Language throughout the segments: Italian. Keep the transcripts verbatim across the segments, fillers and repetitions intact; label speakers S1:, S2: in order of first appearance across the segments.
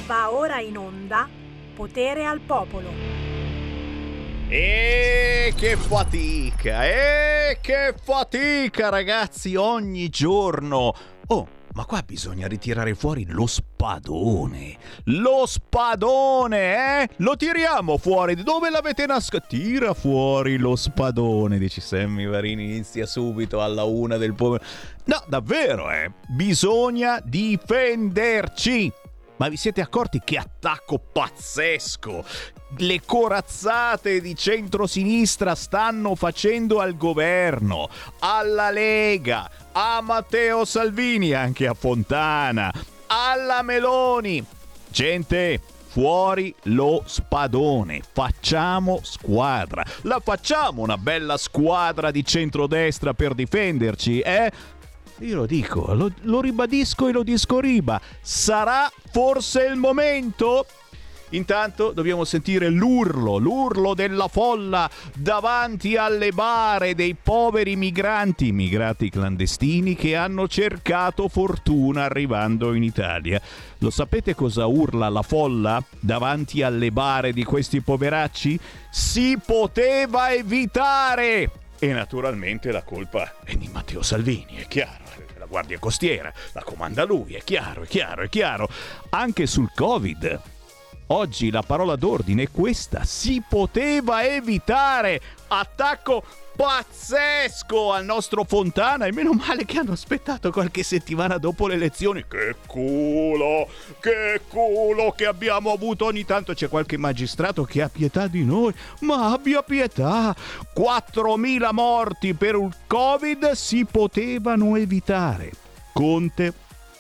S1: Va ora in onda Potere al Popolo.
S2: E che fatica, e che fatica ragazzi, ogni giorno. Oh, ma qua bisogna ritirare fuori lo spadone. Lo spadone, eh? Lo tiriamo fuori. Dove l'avete nascosto? Tira fuori lo spadone, dici Sammy Varini, inizia subito alla una del pomeriggio. No, davvero, eh? Bisogna difenderci. Ma vi siete accorti che attacco pazzesco le corazzate di centrosinistra stanno facendo al governo, alla Lega, a Matteo Salvini, anche a Fontana, alla Meloni? Gente, fuori lo spadone, facciamo squadra. La facciamo una bella squadra di centrodestra per difenderci, eh? Io lo dico, lo, lo ribadisco e lo discoriba. Sarà forse il momento? Intanto dobbiamo sentire l'urlo, l'urlo della folla davanti alle bare dei poveri migranti, immigrati clandestini che hanno cercato fortuna arrivando in Italia. Lo sapete cosa urla la folla davanti alle bare di questi poveracci? Si poteva evitare! E naturalmente la colpa è di Matteo Salvini, è chiaro. La Guardia Costiera la comanda lui, è chiaro, è chiaro, è chiaro. Anche sul Covid. Oggi la parola d'ordine è questa: si poteva evitare. Attacco pazzesco al nostro Fontana, e meno male che hanno aspettato qualche settimana dopo le elezioni. Che culo, che culo che abbiamo avuto. Ogni tanto c'è qualche magistrato che ha pietà di noi, ma abbia pietà. quattromila morti per il Covid si potevano evitare. Conte,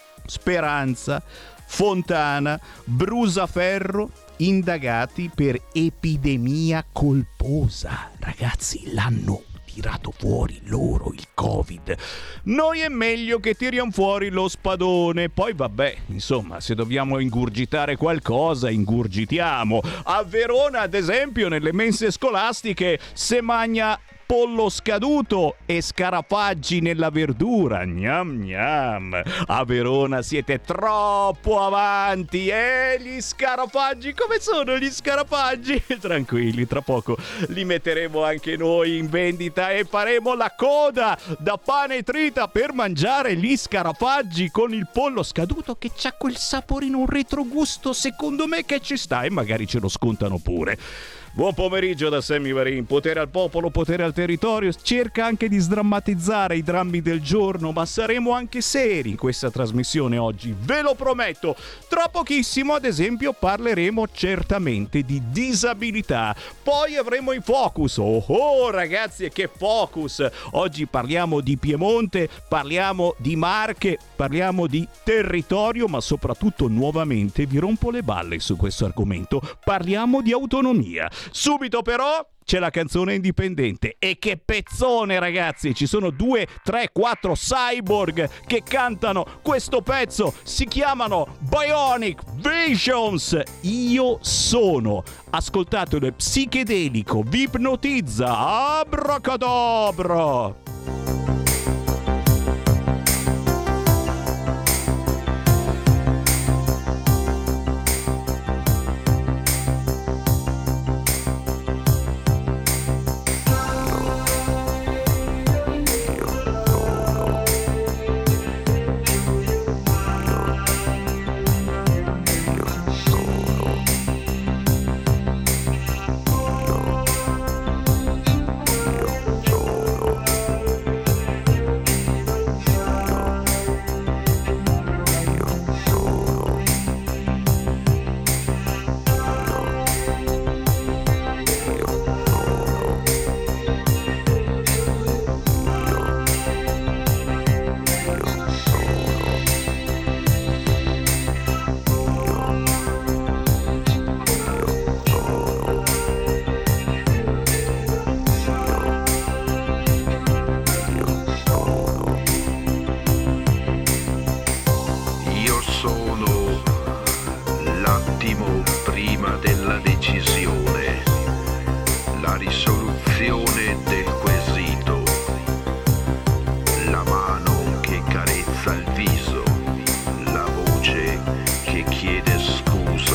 S2: Speranza, Fontana, Brusaferro indagati per epidemia colposa. Ragazzi, l'hanno tirato fuori loro il Covid. Noi è meglio che tiriamo fuori lo spadone. Poi vabbè, insomma, se dobbiamo ingurgitare qualcosa, ingurgitiamo. A Verona, ad esempio, nelle mense scolastiche se magna pollo scaduto e scarafaggi nella verdura. Gnam gnam. A Verona siete troppo avanti. E gli scarafaggi, come sono gli scarafaggi? Tranquilli, tra poco li metteremo anche noi in vendita e faremo la coda da pane e trita per mangiare gli scarafaggi con il pollo scaduto che c'ha quel saporino, un retrogusto secondo me che ci sta, e magari ce lo scontano pure. Buon pomeriggio da Sammy Varin. Potere al popolo, potere al territorio. Cerca anche di sdrammatizzare i drammi del giorno, ma saremo anche seri in questa trasmissione oggi, ve lo prometto. Tra pochissimo, ad esempio, parleremo certamente di disabilità. Poi avremo i focus. Oh, oh ragazzi, e che focus! Oggi parliamo di Piemonte, parliamo di Marche, parliamo di territorio, ma soprattutto nuovamente vi rompo le balle su questo argomento. Parliamo di autonomia. Subito però c'è la canzone indipendente, e che pezzone ragazzi, ci sono due, tre, quattro cyborg che cantano questo pezzo, si chiamano Bionic Visions. Io sono, ascoltatelo, psichedelico, vi ipnotizza, abracadabra.
S3: Che chiede scusa.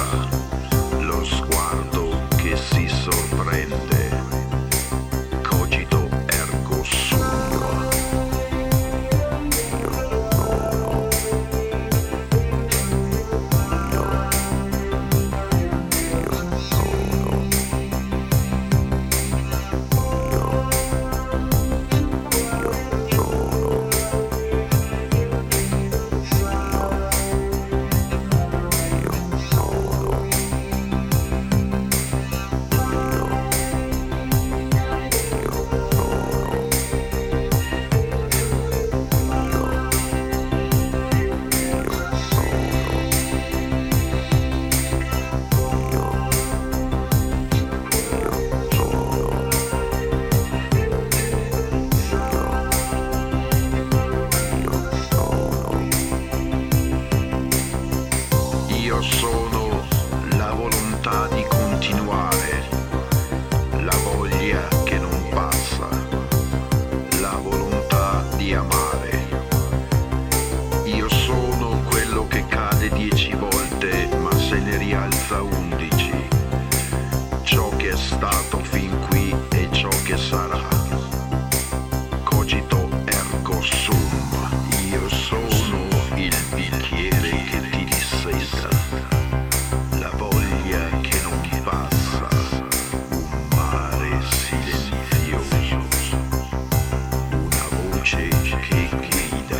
S3: Io sono la volontà di continuare, la voglia che non passa, la volontà di amare. Io sono quello che cade dieci volte ma se ne rialza undici, ciò che è stato fin qui e ciò che sarà. Cogito ergo sum, io sono il bicchiere che ti disseta, la voglia che non passa, un mare silenzioso, una voce che guida.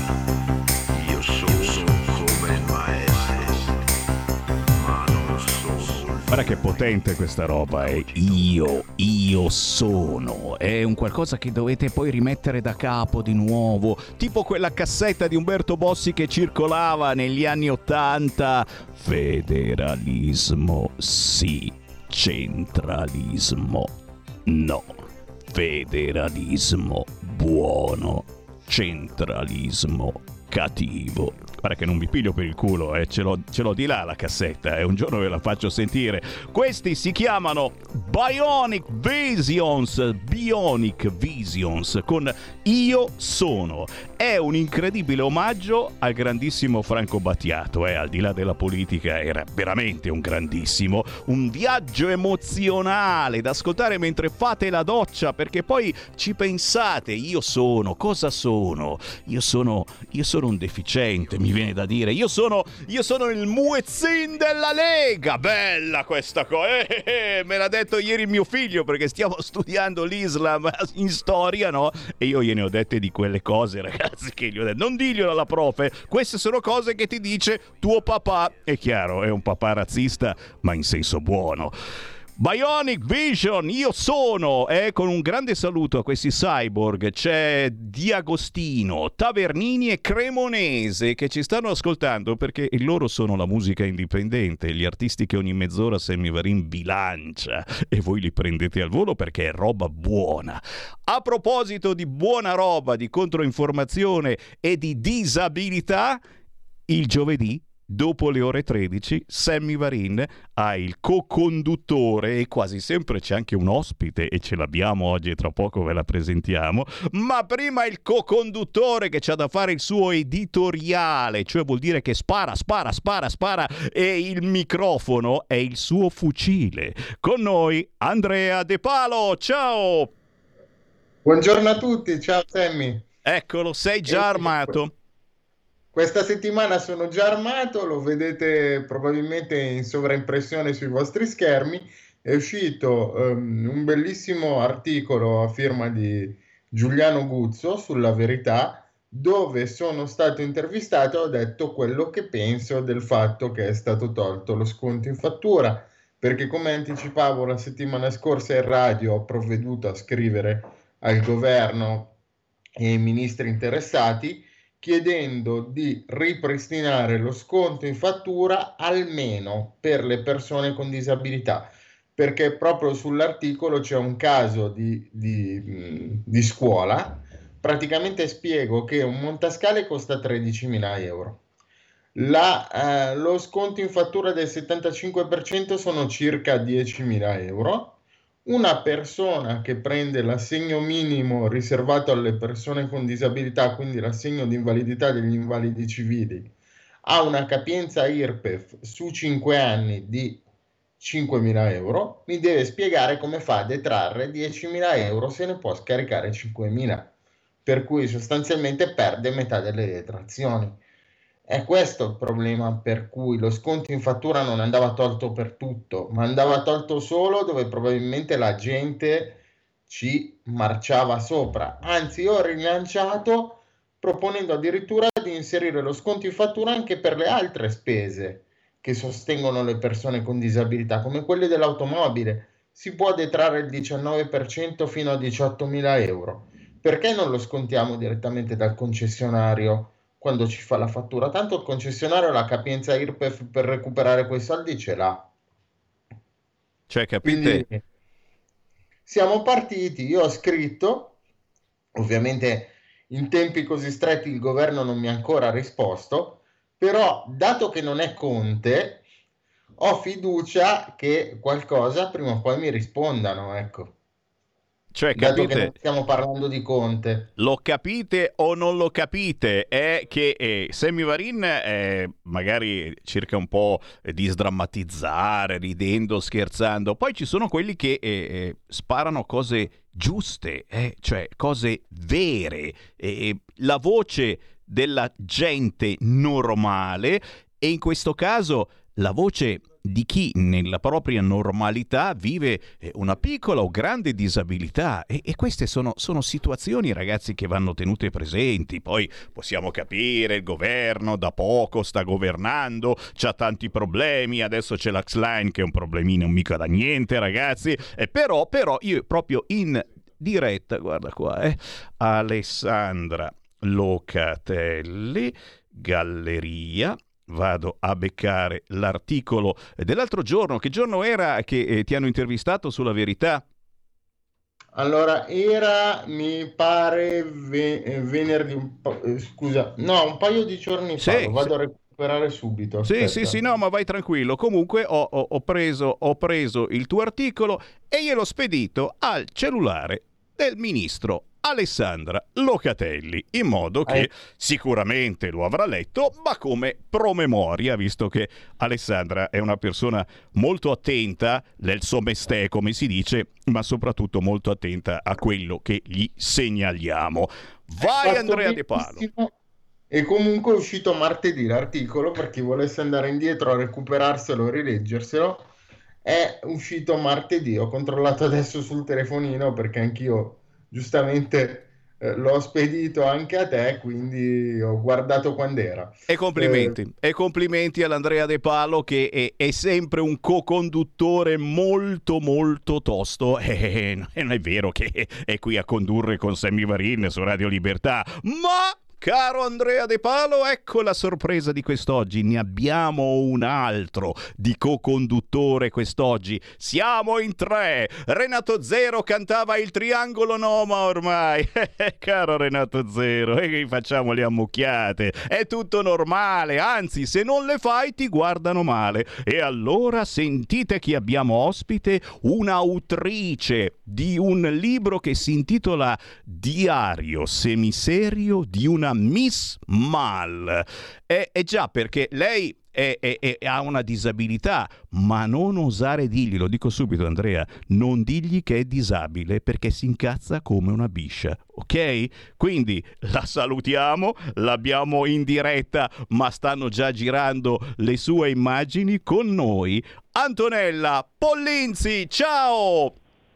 S3: Io sono come il maestro, ma non sono.
S2: Guarda che potente questa roba, è io, io sono, è un qualcosa che dovete poi rimettere da capo di nuovo, tipo quella cassetta di Umberto Bossi che circolava negli anni ottanta, federalismo sì, centralismo no, federalismo buono, centralismo cattivo. Guarda che non vi piglio per il culo, eh. ce, l'ho, ce l'ho di là la cassetta e eh. un giorno ve la faccio sentire. Questi si chiamano Bionic Visions, Bionic Visions con Io Sono. È un incredibile omaggio al grandissimo Franco Battiato, eh. al di là della politica era veramente un grandissimo, un viaggio emozionale da ascoltare mentre fate la doccia, perché poi ci pensate, io sono, cosa sono? Io sono, io sono un deficiente, mi viene da dire, io sono io sono il muezzin della Lega. Bella questa cosa, eh, eh, me l'ha detto ieri mio figlio perché stiamo studiando l'Islam in storia, no? E io gliene ho dette di quelle cose, ragazzi, che gli ho detto non diglielo alla profe, queste sono cose che ti dice tuo papà. È chiaro, è un papà razzista ma in senso buono. Bionic Vision, io sono, eh, con un grande saluto a questi cyborg, c'è Diagostino, Tavernini e Cremonese che ci stanno ascoltando perché loro sono la musica indipendente, gli artisti che ogni mezz'ora Sammy Varin bilancia e voi li prendete al volo perché è roba buona. A proposito di buona roba, di controinformazione e di disabilità, il giovedì dopo le ore tredici, Sammy Varin ha il co-conduttore e quasi sempre c'è anche un ospite e ce l'abbiamo oggi e tra poco ve la presentiamo, ma prima il co-conduttore che c'ha da fare il suo editoriale, cioè vuol dire che spara, spara, spara, spara e il microfono è il suo fucile. Con noi Andrea De Palo, ciao!
S4: Buongiorno a tutti, ciao Sammy.
S2: Eccolo, sei già armato?
S4: Questa settimana sono già armato, lo vedete probabilmente in sovraimpressione sui vostri schermi. È uscito um, un bellissimo articolo a firma di Giuliano Guzzo sulla Verità, dove sono stato intervistato e ho detto quello che penso del fatto che è stato tolto lo sconto in fattura, perché come anticipavo la settimana scorsa in radio ho provveduto a scrivere al governo e ai ministri interessati chiedendo di ripristinare lo sconto in fattura almeno per le persone con disabilità, perché proprio sull'articolo c'è un caso di, di, di scuola. Praticamente spiego che un montascale costa tredicimila euro. La, eh, lo sconto in fattura del settantacinque per cento sono circa diecimila euro. Una persona che prende l'assegno minimo riservato alle persone con disabilità, quindi l'assegno di invalidità degli invalidi civili, ha una capienza I R P E F su cinque anni di cinquemila euro, mi deve spiegare come fa a detrarre diecimila euro se ne può scaricare cinquemila, per cui sostanzialmente perde metà delle detrazioni. È questo il problema per cui lo sconto in fattura non andava tolto per tutto, ma andava tolto solo dove probabilmente la gente ci marciava sopra. Anzi, io ho rilanciato proponendo addirittura di inserire lo sconto in fattura anche per le altre spese che sostengono le persone con disabilità, come quelle dell'automobile. Si può detrarre il diciannove per cento fino a diciottomila euro. Perché non lo scontiamo direttamente dal concessionario quando ci fa la fattura? Tanto il concessionario la capienza I R P E F per recuperare quei soldi ce l'ha.
S2: Cioè, capite?
S4: Quindi siamo partiti, io ho scritto, ovviamente in tempi così stretti il governo non mi ha ancora risposto, Però, dato che non è Conte, ho fiducia che qualcosa prima o poi mi rispondano, ecco.
S2: Cioè,
S4: Dato che non
S2: capite?
S4: stiamo parlando di Conte.
S2: Lo capite o non lo capite? È che eh, Sammy Varin eh, magari cerca un po' di sdrammatizzare, ridendo, scherzando. Poi ci sono quelli che eh, eh, sparano cose giuste, eh, cioè cose vere. Eh, la voce della gente normale e in questo caso la voce di chi nella propria normalità vive eh, una piccola o grande disabilità e, e queste sono, sono situazioni, ragazzi, che vanno tenute presenti. Poi possiamo capire, il governo da poco sta governando, c'ha tanti problemi, adesso c'è la X-Line che è un problemino mica da niente, ragazzi, e però, però io proprio in diretta, guarda qua, eh, Alessandra Locatelli, Galleria, vado a beccare l'articolo dell'altro giorno. Che giorno era che eh, ti hanno intervistato sulla Verità?
S4: Allora, era, mi pare, ve- eh, venerdì, un po- eh, scusa, no, un paio di giorni fa, lo
S2: Sì, sì.
S4: vado a recuperare subito,
S2: Sì, sì,
S4: aspetta.
S2: sì, no, ma vai tranquillo. Comunque ho, ho- ho preso, ho preso il tuo articolo e gliel'ho spedito al cellulare del ministro Alessandra Locatelli, in modo
S4: Hai-
S2: che sicuramente lo avrà letto, ma come promemoria, visto che Alessandra è una persona molto attenta nel suo mestiere, come si dice, ma soprattutto molto attenta a quello che gli segnaliamo.
S4: hai
S2: Vai
S4: fatto
S2: Andrea De Palo.
S4: benissimo. E comunque è uscito martedì l'articolo, per chi volesse andare indietro a recuperarselo e rileggerselo, è uscito martedì. Ho controllato adesso sul telefonino perché anch'io giustamente eh, l'ho spedito anche a te, quindi ho guardato quando era.
S2: E
S4: Eh,
S2: complimenti, e complimenti all'Andrea De Palo che è, è sempre un co-conduttore molto molto tosto e non è vero che è qui a condurre con Sammy Varin su Radio Libertà, ma caro Andrea De Palo, ecco la sorpresa di quest'oggi, ne abbiamo un altro di co-conduttore quest'oggi, siamo in tre, Renato Zero cantava il triangolo Noma ormai, caro Renato Zero, e facciamo le ammucchiate, è tutto normale, anzi se non le fai ti guardano male. E allora sentite chi abbiamo ospite, un'autrice di un libro che si intitola Diario semiserio di una Miss Mal. E, e già, perché lei è, è, è, ha una disabilità, ma non osare dirgli, lo dico subito Andrea, non digli che è disabile perché si incazza come una biscia, ok? Quindi la salutiamo, l'abbiamo in diretta, ma stanno già girando le sue immagini con noi. Antonella Pollinzi, ciao!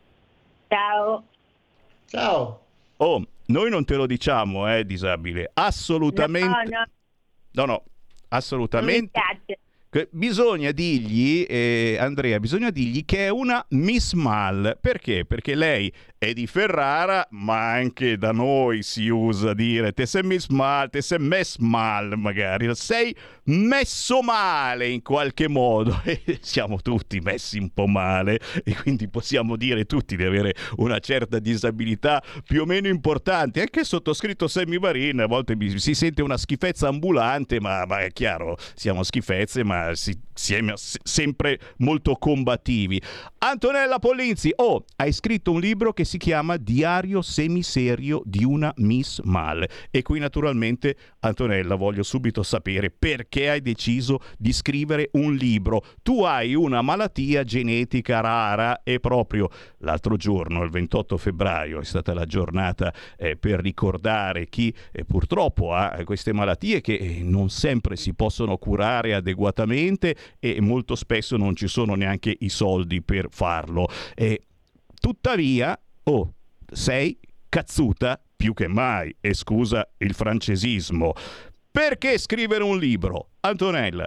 S5: Ciao.
S4: ciao.
S2: Oh, noi non te lo diciamo, eh, disabile.
S5: No,
S2: Assolutamente.
S5: no,
S2: No, no,
S5: non mi
S2: assolutamente.
S5: piace.
S2: Che Bisogna dirgli, eh, Andrea, bisogna dirgli che è una Miss Mal. Perché? Perché lei è di Ferrara, ma anche da noi si usa dire te sei Miss Mal, te sei mess mal, magari. Sei messo male in qualche modo. E siamo tutti messi un po' male e quindi possiamo dire tutti di avere una certa disabilità più o meno importante. Anche il sottoscritto Sammy Varin a volte mi- si sente una schifezza ambulante, ma, ma è chiaro, siamo schifezze, ma si, siamo se- sempre molto combattivi. Antonella Pollinzi, oh, hai scritto un libro che si chiama Diario semiserio di una Miss Mal. E qui naturalmente, Antonella, voglio subito sapere perché hai deciso di scrivere un libro. Tu hai una malattia genetica rara e proprio l'altro giorno, il ventotto febbraio, è stata la giornata eh, per ricordare chi eh, purtroppo ha queste malattie che eh, non sempre si possono curare adeguatamente e molto spesso non ci sono neanche i soldi per farlo. E tuttavia, oh, sei cazzuta più che mai, e scusa il francesismo. Perché scrivere un libro, Antonella?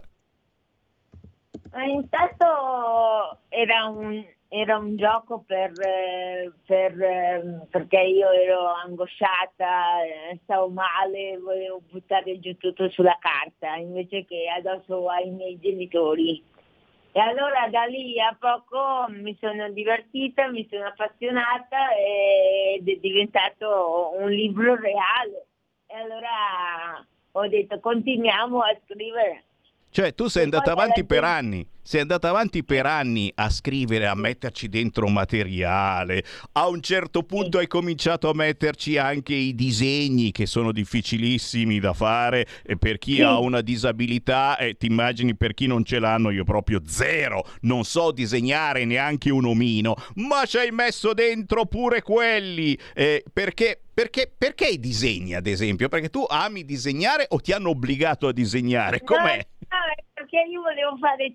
S5: Ma intanto era un, era un gioco per, eh, per, eh, perché io ero angosciata, eh, stavo male, volevo buttare giù tutto sulla carta invece che addosso ai miei genitori. E allora da lì a poco mi sono divertita, mi sono appassionata ed è diventato un libro reale. E allora ho detto continuiamo a scrivere.
S2: Cioè tu sei
S5: E
S2: andata
S5: poi
S2: avanti
S5: alla
S2: per
S5: gente-
S2: anni, sei andata avanti per anni a scrivere, a metterci dentro materiale. A un certo punto hai cominciato a metterci anche i disegni che sono difficilissimi da fare e per chi
S5: Sì.
S2: ha una disabilità, e ti immagini per chi non ce l'hanno, io proprio zero, non so disegnare neanche un omino, ma ci hai messo dentro pure quelli, eh, perché... Perché, perché i disegni, ad esempio? Perché tu ami disegnare o ti hanno obbligato a disegnare? Com'è?
S5: No, no, è perché io volevo fare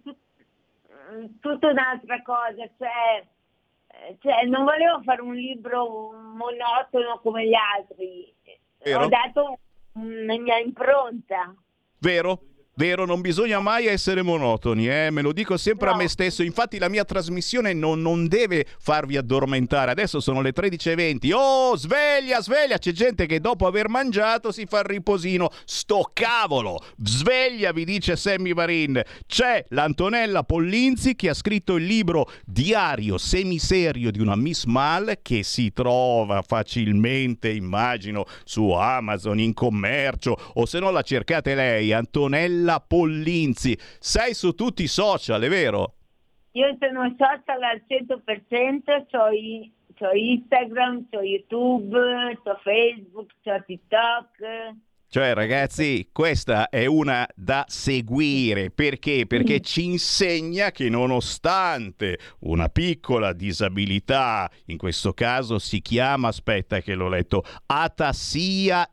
S5: tut- tutta un'altra cosa, cioè, eh, cioè non volevo fare un libro monotono come gli altri.
S2: Vero?
S5: Ho dato una mia impronta.
S2: Vero? Vero, non bisogna mai essere monotoni, eh? Me lo dico sempre
S5: No.
S2: a me stesso. Infatti la mia trasmissione non, non deve farvi addormentare. Adesso sono le tredici e venti. Oh, sveglia, sveglia! C'è gente che dopo aver mangiato si fa il riposino. Sto cavolo! Sveglia, vi dice Sammy Varin. C'è l'Antonella Pollinzi che ha scritto il libro Diario semiserio di una Miss Mal, che si trova facilmente, immagino, su Amazon, in commercio, o se no la cercate lei, Antonella Pollinzi. Sei su tutti i social, è vero?
S5: Io sono social al cento per cento, c'ho, i- c'ho Instagram, c'ho YouTube, c'ho Facebook, c'ho TikTok.
S2: Cioè, ragazzi, questa è una da seguire. Perché? Perché ci insegna che nonostante una piccola disabilità, in questo caso si chiama, aspetta che l'ho letto, atassia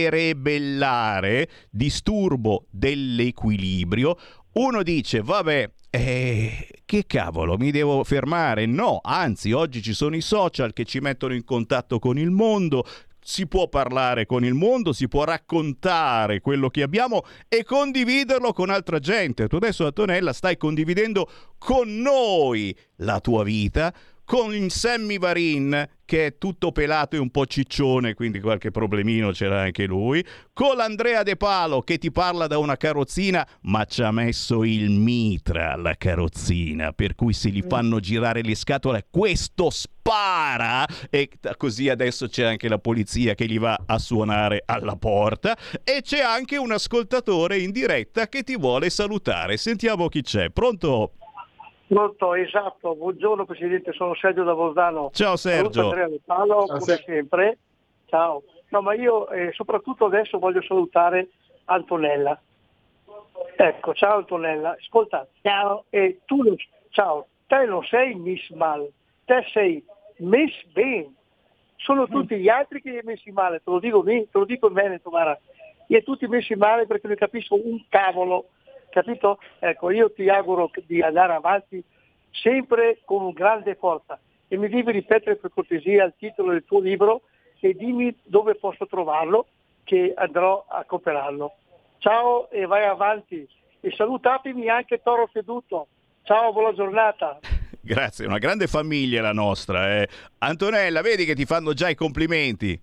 S2: cerebellare, disturbo dell'equilibrio, uno dice, vabbè, eh, che cavolo, mi devo fermare? No, anzi, oggi ci sono i social che ci mettono in contatto con il mondo. Si può parlare con il mondo, si può raccontare quello che abbiamo e condividerlo con altra gente. Tu adesso, Antonella, stai condividendo con noi la tua vita, con il Sammy Varin, che è tutto pelato e un po' ciccione, quindi qualche problemino c'era anche lui, con l'Andrea De Palo che ti parla da una carrozzina, ma ci ha messo il mitra alla carrozzina, per cui se gli fanno girare le scatole, questo spara, e così adesso c'è anche la polizia che gli va a suonare alla porta, e c'è anche un ascoltatore in diretta che ti vuole salutare. Sentiamo chi c'è. Pronto?
S6: Pronto, esatto, buongiorno Presidente, sono Sergio da Bolzano.
S2: Ciao Sergio.
S6: Saluto Andrea De Palo,
S4: Ciao,
S6: come
S4: Sergio.
S6: sempre. Ciao. No, ma io eh, soprattutto adesso voglio salutare Antonella. Ecco, ciao Antonella. Ascolta,
S5: Ciao.
S6: eh, tu non, ciao, te non sei Miss Mal, te sei Miss Ben. Sono tutti gli altri che li hai messi male, te lo dico, te lo dico in Veneto, guarda. Li hai tutti messi male perché ne capisco un cavolo. Capito? Ecco, io ti auguro di andare avanti sempre con grande forza e mi devi ripetere per cortesia il titolo del tuo libro e dimmi dove posso trovarlo, che andrò a comprarlo. Ciao e vai avanti e salutatemi anche Toro Seduto. Ciao, buona giornata.
S2: Grazie, una grande famiglia la nostra. Eh. Antonella, vedi che ti fanno già i complimenti.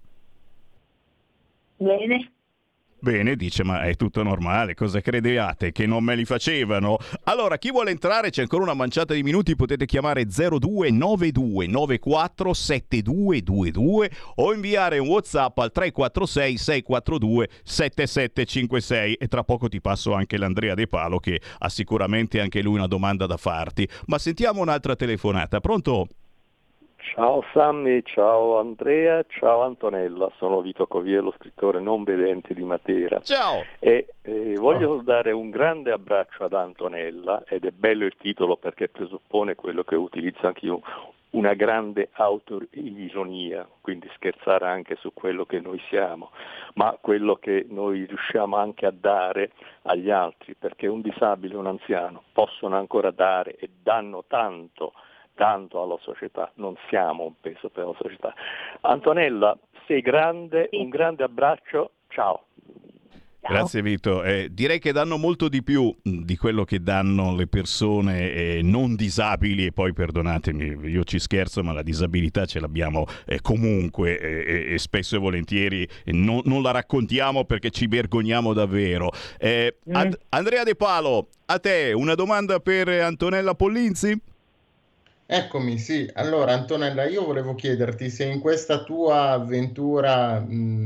S5: Bene.
S2: Bene, dice, ma è tutto normale, cosa credevate? Che non me li facevano? Allora, chi vuole entrare, c'è ancora una manciata di minuti, potete chiamare zero due nove due nove quattro sette due due due o inviare un WhatsApp al tre quattro sei sei quattro due sette sette cinque sei, e tra poco ti passo anche l'Andrea De Palo che ha sicuramente anche lui una domanda da farti. Ma sentiamo un'altra telefonata, pronto?
S7: Ciao Sammy, ciao Andrea, ciao Antonella, sono Vito Coviello, scrittore non vedente di Matera.
S2: Ciao!
S7: E eh, voglio dare un grande abbraccio ad Antonella, ed è bello il titolo perché presuppone quello che utilizzo anch'io, una grande autoironia, quindi scherzare anche su quello che noi siamo, ma quello che noi riusciamo anche a dare agli altri, perché un disabile e un anziano possono ancora dare e danno tanto, tanto alla società, non siamo un peso per la società. Antonella, sei grande, un grande abbraccio, ciao.
S2: Grazie Vito, eh, direi che danno molto di più di quello che danno le persone eh, non disabili, e poi perdonatemi, io ci scherzo, ma la disabilità ce l'abbiamo eh, comunque eh, e spesso e volentieri non, non la raccontiamo perché ci vergogniamo davvero. Eh,
S5: Mm.
S2: And- Andrea De Palo, a te una domanda per Antonella Pollinzi?
S4: Eccomi, sì. Allora, Antonella, io volevo chiederti se in questa tua avventura mh,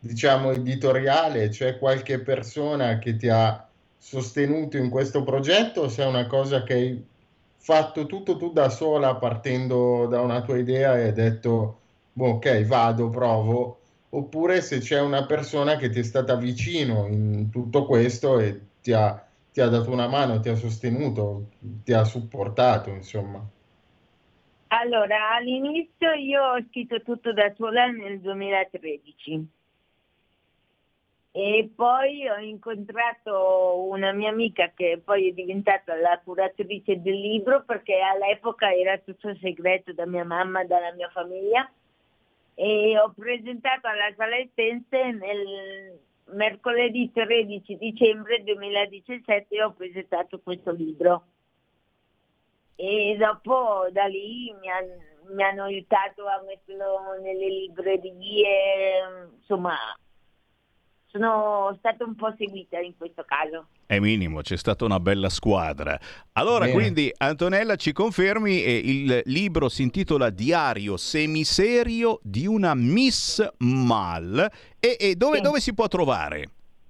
S4: diciamo, editoriale? C'è qualche persona che ti ha sostenuto in questo progetto, o se è una cosa che hai fatto tutto tu da sola, partendo da una tua idea e hai detto, boh, ok, vado, provo, oppure se c'è una persona che ti è stata vicino in tutto questo e ti ha, ti ha dato una mano, ti ha sostenuto, ti ha supportato, insomma.
S5: Allora, all'inizio io ho scritto tutto da sola nel duemilatredici e poi ho incontrato una mia amica che poi è diventata la curatrice del libro, perché all'epoca era tutto segreto da mia mamma e dalla mia famiglia, e ho presentato alla Sala Estense nel mercoledì tredici dicembre duemiladiciassette ho presentato questo libro. E dopo da lì mi, han, mi hanno aiutato a metterlo nelle librerie, insomma sono stata un po' seguita in questo caso.
S2: È minimo, c'è stata una bella squadra. Allora,
S4: Bene.
S2: quindi Antonella, ci confermi, eh, il libro si intitola Diario semiserio di una Miss Mal, e, e dove,
S5: Sì.
S2: dove si può trovare?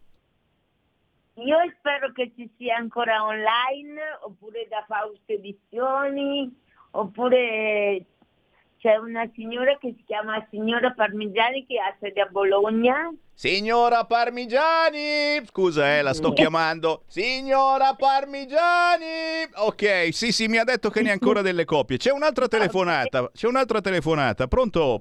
S5: Io spero che ci sia ancora online, oppure da Fausto Edizioni, oppure c'è una signora che si chiama Signora Parmigiani che ha sede a Bologna.
S2: Signora Parmigiani! Scusa, eh, la sto chiamando. Signora Parmigiani! Ok, sì, sì, mi ha detto che ne ha ancora delle copie. C'è un'altra telefonata, c'è un'altra telefonata. Pronto?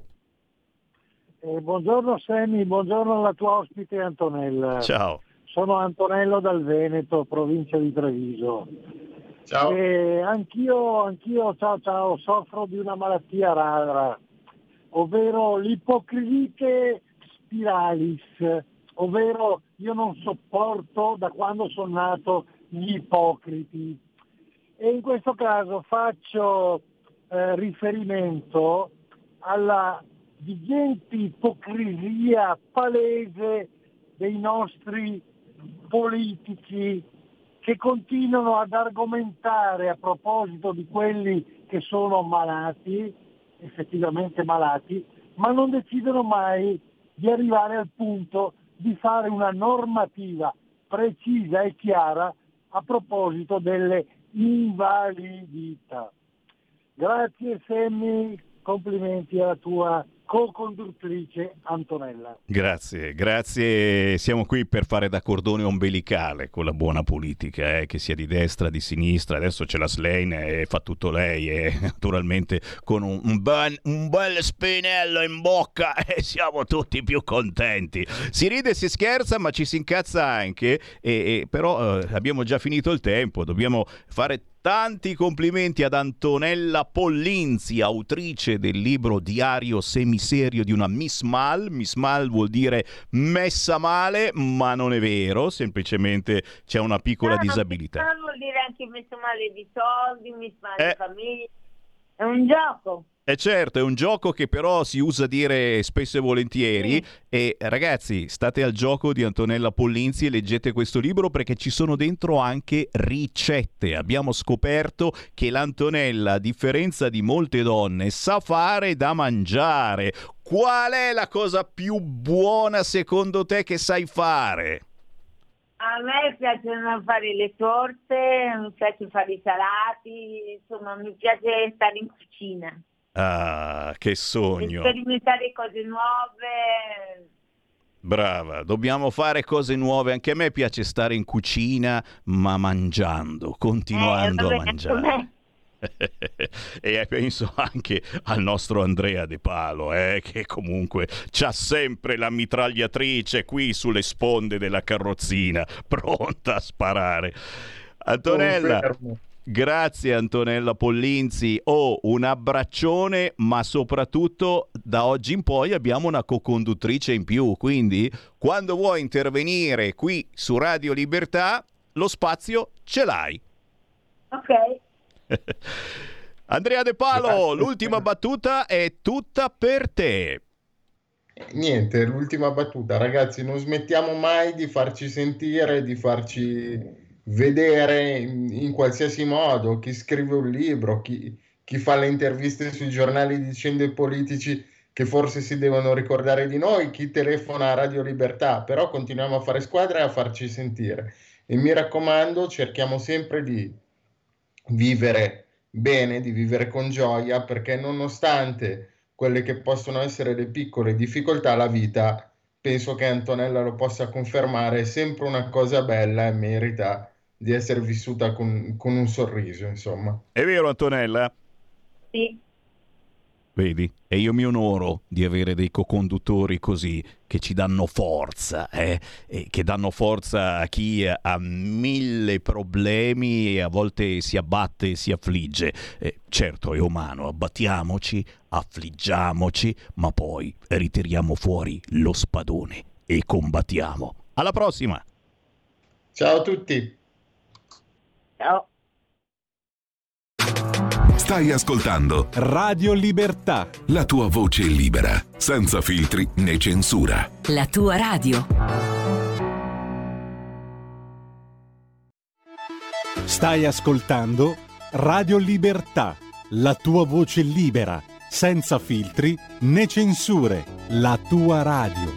S8: Eh, buongiorno Semi, buongiorno alla tua ospite Antonella.
S2: Ciao.
S8: Sono Antonello dal Veneto, provincia di Treviso.
S4: Ciao.
S8: E anch'io, anch'io ciao, ciao, soffro di una malattia rara, ovvero l'ipocrite spiralis, ovvero io non sopporto da quando sono nato gli ipocriti. E in questo caso faccio eh, riferimento alla vigente ipocrisia palese dei nostri politici, che continuano ad argomentare a proposito di quelli che sono malati, effettivamente malati, ma non decidono mai di arrivare al punto di fare una normativa precisa e chiara a proposito delle invalidità. Grazie Semmi, complimenti alla tua co-conduttrice Antonella.
S2: Grazie, grazie. Siamo qui per fare da cordone ombelicale con la buona politica, eh, che sia di destra, di sinistra. Adesso c'è la Slane e fa tutto lei, e naturalmente con un, un, ben, un bel spinello in bocca, e siamo tutti più contenti. Si ride, si scherza, ma ci si incazza anche, e, e, però eh, abbiamo già finito il tempo, dobbiamo fare tanti complimenti ad Antonella Pollinzi, autrice del libro Diario semiserio di una Miss Mal. Miss Mal vuol dire messa male, ma non è vero, semplicemente c'è una piccola
S5: no,
S2: disabilità.
S5: No, vuol dire anche messo male di soldi, messo male
S2: Eh.
S5: di famiglia. È un gioco.
S2: E certo, è un gioco che però si usa dire spesso e volentieri. Sì. E ragazzi, state al gioco di Antonella Pollinzi e leggete questo libro, perché ci sono dentro anche ricette. Abbiamo scoperto che l'Antonella, a differenza di molte donne, sa fare da mangiare. Qual è la cosa più buona secondo te che sai fare?
S5: A me piacciono fare le torte, mi piace fare i salati, insomma mi piace stare in cucina.
S2: Ah, che sogno!
S5: Sperimentare cose nuove.
S2: Brava, dobbiamo fare cose nuove. Anche a me piace stare in cucina, ma mangiando, continuando
S5: eh,
S2: a mangiare. E penso anche al nostro Andrea De Palo, eh, che comunque c'ha sempre la mitragliatrice qui sulle sponde della carrozzina, pronta a sparare. Antonella,
S4: Confermo.
S2: grazie Antonella Pollinzi. Oh, un abbraccione, ma soprattutto da oggi in poi abbiamo una co-conduttrice in più, quindi quando vuoi intervenire qui su Radio Libertà, lo spazio ce l'hai.
S5: Ok.
S2: Andrea De Palo,
S4: Grazie.
S2: l'ultima battuta è tutta per te.
S4: Niente, l'ultima battuta, ragazzi, non smettiamo mai di farci sentire, di farci vedere in, in qualsiasi modo. Chi scrive un libro, chi, chi fa le interviste sui giornali dicendo ai politici che forse si devono ricordare di noi, chi telefona a Radio Libertà, però continuiamo a fare squadra e a farci sentire. E mi raccomando, cerchiamo sempre di vivere bene, di vivere con gioia, perché nonostante quelle che possono essere le piccole difficoltà, la vita, penso che Antonella lo possa confermare, è sempre una cosa bella e merita di essere vissuta con, con un sorriso, insomma.
S2: È vero, Antonella?
S5: Sì.
S2: Vedi? E io mi onoro di avere dei co-conduttori così, che ci danno forza, eh? E che danno forza a chi ha mille problemi e a volte si abbatte e si affligge. Eh, certo, è umano, abbattiamoci, affliggiamoci, ma poi ritiriamo fuori lo spadone e combattiamo. Alla prossima!
S4: Ciao a tutti!
S5: Ciao!
S9: Stai ascoltando
S10: Radio Libertà,
S9: la tua voce libera, senza filtri né censura.
S11: La tua radio.
S10: Stai ascoltando Radio Libertà, la tua voce libera, senza filtri né censure. La tua radio.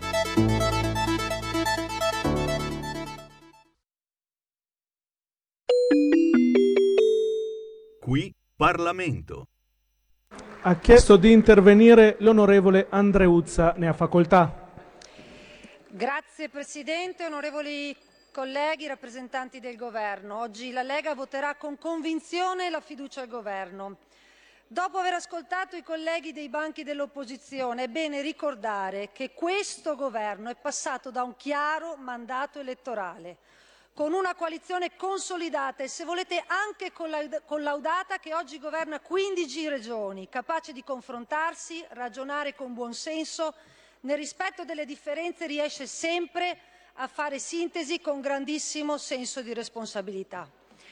S2: Qui Parlamento.
S12: Ha chiesto di intervenire l'onorevole Andreuzza, ne ha facoltà.
S13: Grazie Presidente, onorevoli colleghi, rappresentanti del Governo. Oggi la Lega voterà con convinzione la fiducia al Governo. Dopo aver ascoltato i colleghi dei banchi dell'opposizione, è bene ricordare che questo Governo è passato da un chiaro mandato elettorale, con una coalizione consolidata e, se volete, anche collaudata, che oggi governa quindici regioni, capace di confrontarsi, ragionare con buon senso, nel rispetto delle differenze riesce sempre a fare sintesi con grandissimo senso di responsabilità.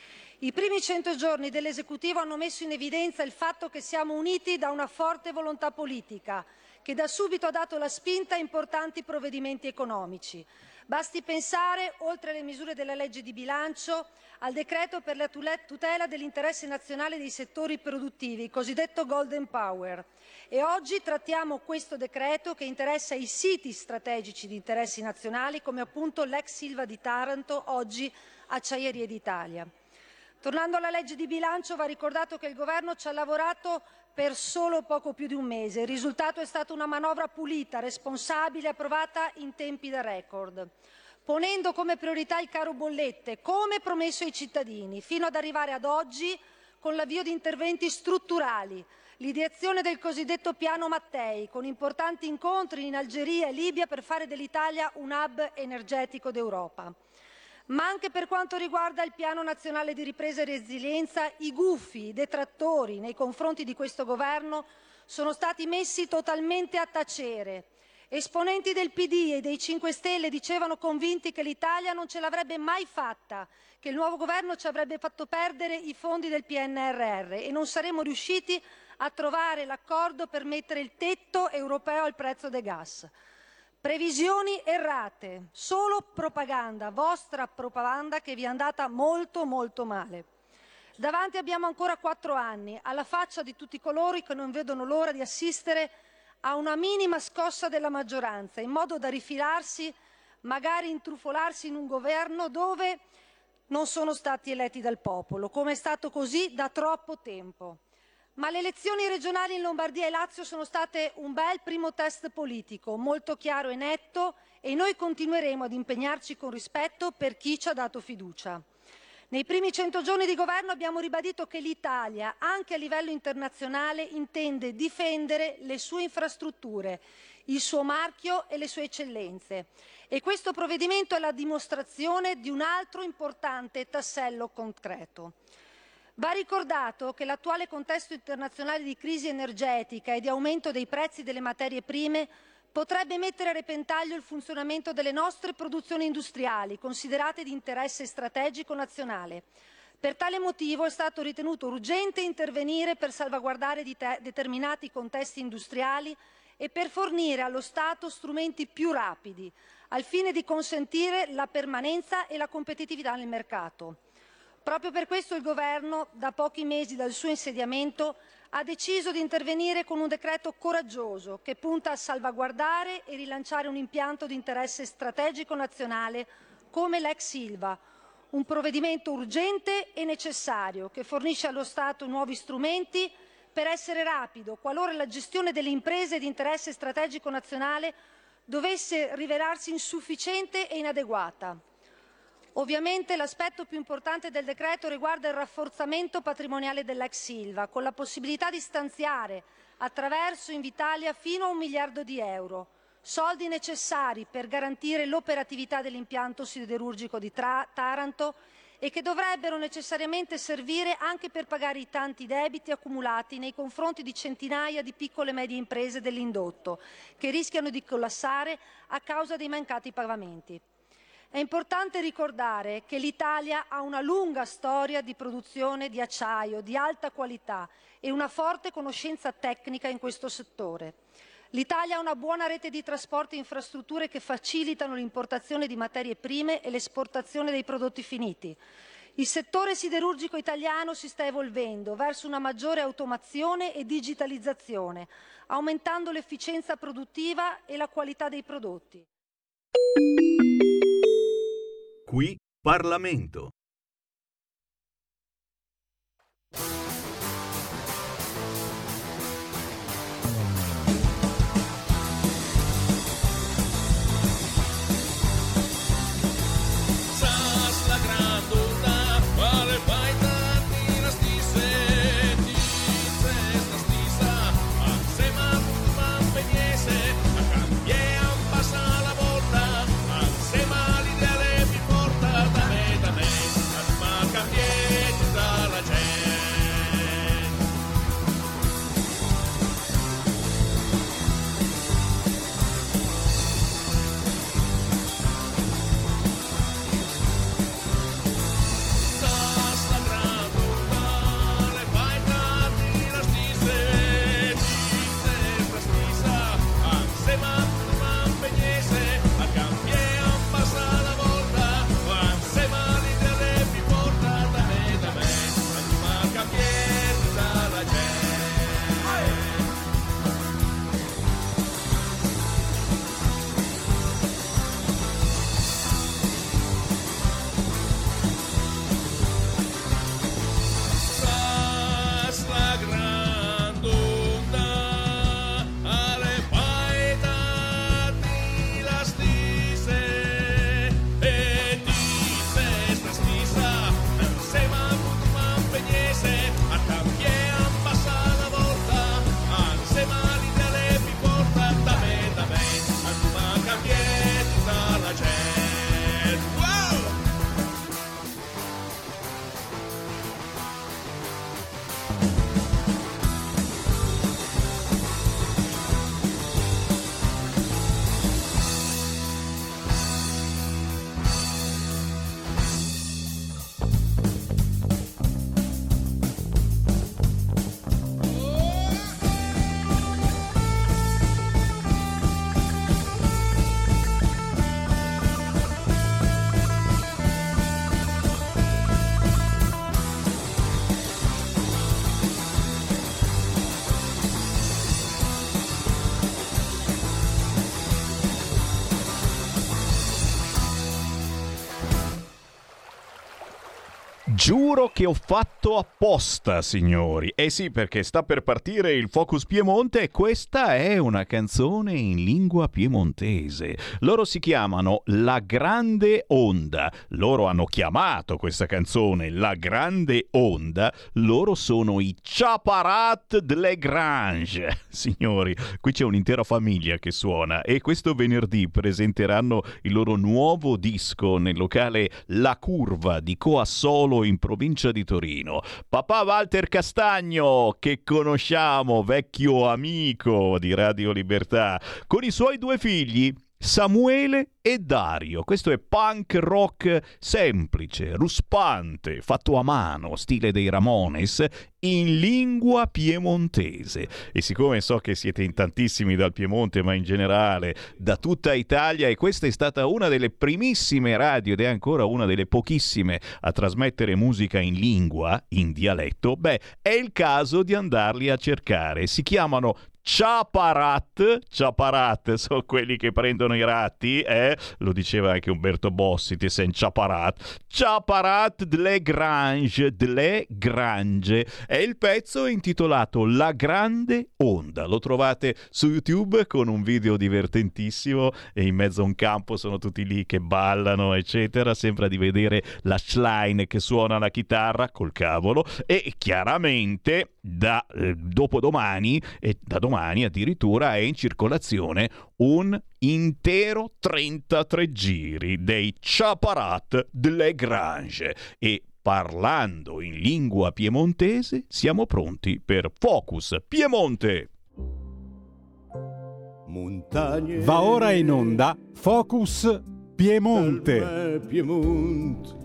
S13: I primi cento giorni dell'esecutivo hanno messo in evidenza il fatto che siamo uniti da una forte volontà politica, che da subito ha dato la spinta a importanti provvedimenti economici. Basti pensare, oltre alle misure della legge di bilancio, al decreto per la tutela dell'interesse nazionale dei settori produttivi, cosiddetto Golden Power. E oggi trattiamo questo decreto che interessa i siti strategici di interessi nazionali, come appunto l'ex Silva di Taranto, oggi Acciaierie d'Italia. Tornando alla legge di bilancio, va ricordato che il Governo ci ha lavorato per solo poco più di un mese. Il risultato è stata una manovra pulita, responsabile, approvata in tempi da record, ponendo come priorità il caro bollette, come promesso ai cittadini, fino ad arrivare ad oggi con l'avvio di interventi strutturali, l'ideazione del cosiddetto piano Mattei, con importanti incontri in Algeria e Libia per fare dell'Italia un hub energetico d'Europa. Ma anche per quanto riguarda il Piano Nazionale di Ripresa e Resilienza, i gufi, i detrattori nei confronti di questo Governo sono stati messi totalmente a tacere. Esponenti del P D e dei cinque Stelle dicevano convinti che l'Italia non ce l'avrebbe mai fatta, che il nuovo Governo ci avrebbe fatto perdere i fondi del P N R R e non saremmo riusciti a trovare l'accordo per mettere il tetto europeo al prezzo del gas. Previsioni errate, solo propaganda, vostra propaganda che vi è andata molto molto male. Davanti abbiamo ancora quattro anni, alla faccia di tutti coloro che non vedono l'ora di assistere a una minima scossa della maggioranza, in modo da rifilarsi, magari intrufolarsi in un governo dove non sono stati eletti dal popolo, come è stato così da troppo tempo. Ma le elezioni regionali in Lombardia e Lazio sono state un bel primo test politico, molto chiaro e netto, e noi continueremo ad impegnarci con rispetto per chi ci ha dato fiducia. Nei primi cento giorni di governo abbiamo ribadito che l'Italia, anche a livello internazionale, intende difendere le sue infrastrutture, il suo marchio e le sue eccellenze. E questo provvedimento è la dimostrazione di un altro importante tassello concreto. Va ricordato che l'attuale contesto internazionale di crisi energetica e di aumento dei prezzi delle materie prime potrebbe mettere a repentaglio il funzionamento delle nostre produzioni industriali, considerate di interesse strategico nazionale. Per tale motivo è stato ritenuto urgente intervenire per salvaguardare di te- determinati contesti industriali e per fornire allo Stato strumenti più rapidi, al fine di consentire la permanenza e la competitività nel mercato. Proprio per questo il Governo, da pochi mesi dal suo insediamento, ha deciso di intervenire con un decreto coraggioso che punta a salvaguardare e rilanciare un impianto di interesse strategico nazionale come l'ex Ilva, un provvedimento urgente e necessario che fornisce allo Stato nuovi strumenti per essere rapido qualora la gestione delle imprese di interesse strategico nazionale dovesse rivelarsi insufficiente e inadeguata. Ovviamente l'aspetto più importante del decreto riguarda il rafforzamento patrimoniale dell'ex Ilva, con la possibilità di stanziare attraverso Invitalia fino a un miliardo di euro, soldi necessari per garantire l'operatività dell'impianto siderurgico di Tra- Taranto e che dovrebbero necessariamente servire anche per pagare i tanti debiti accumulati nei confronti di centinaia di piccole e medie imprese dell'indotto, che rischiano di collassare a causa dei mancati pagamenti. È importante ricordare che l'Italia ha una lunga storia di produzione di acciaio di alta qualità e una forte conoscenza tecnica in questo settore. L'Italia ha una buona rete di trasporti e infrastrutture che facilitano l'importazione di materie prime e l'esportazione dei prodotti finiti. Il settore siderurgico italiano si sta evolvendo verso una maggiore automazione e digitalizzazione, aumentando l'efficienza produttiva e la qualità dei prodotti.
S2: Qui Parlamento. Giuro che ho fatto apposta, signori. Eh sì, perché sta per partire il Focus Piemonte e questa è una canzone in lingua piemontese. Loro si chiamano La Grande Onda. Loro hanno chiamato questa canzone La Grande Onda. Loro sono i Chaparat de Le Grange. Signori, qui c'è un'intera famiglia che suona e questo venerdì presenteranno il loro nuovo disco nel locale La Curva di Coassolo in provincia di Torino. Papà Walter Castagno, che conosciamo, vecchio amico di Radio Libertà, con i suoi due figli Samuele e Dario. Questo è punk rock semplice, ruspante, fatto a mano, stile dei Ramones, in lingua piemontese. E siccome so che siete in tantissimi dal Piemonte, ma in generale da tutta Italia, e questa è stata una delle primissime radio ed è ancora una delle pochissime a trasmettere musica in lingua, in dialetto, beh, è il caso di andarli a cercare. Si chiamano Chaparat, Chaparat sono quelli che prendono i ratti, eh? Lo diceva anche Umberto Bossi, ti sei in Chaparat. Chaparat delle Grange, delle Grange. E il pezzo è intitolato La Grande Onda. Lo trovate su YouTube con un video divertentissimo e in mezzo a un campo sono tutti lì che ballano, eccetera. Sembra di vedere la Schlein che suona la chitarra col cavolo e chiaramente da eh, dopodomani e da domani addirittura è in circolazione un intero trentatré giri dei Chaparat delle Grange e parlando in lingua piemontese siamo pronti per Focus Piemonte.
S10: Montagne. Va ora in onda Focus Piemonte. Piemonte.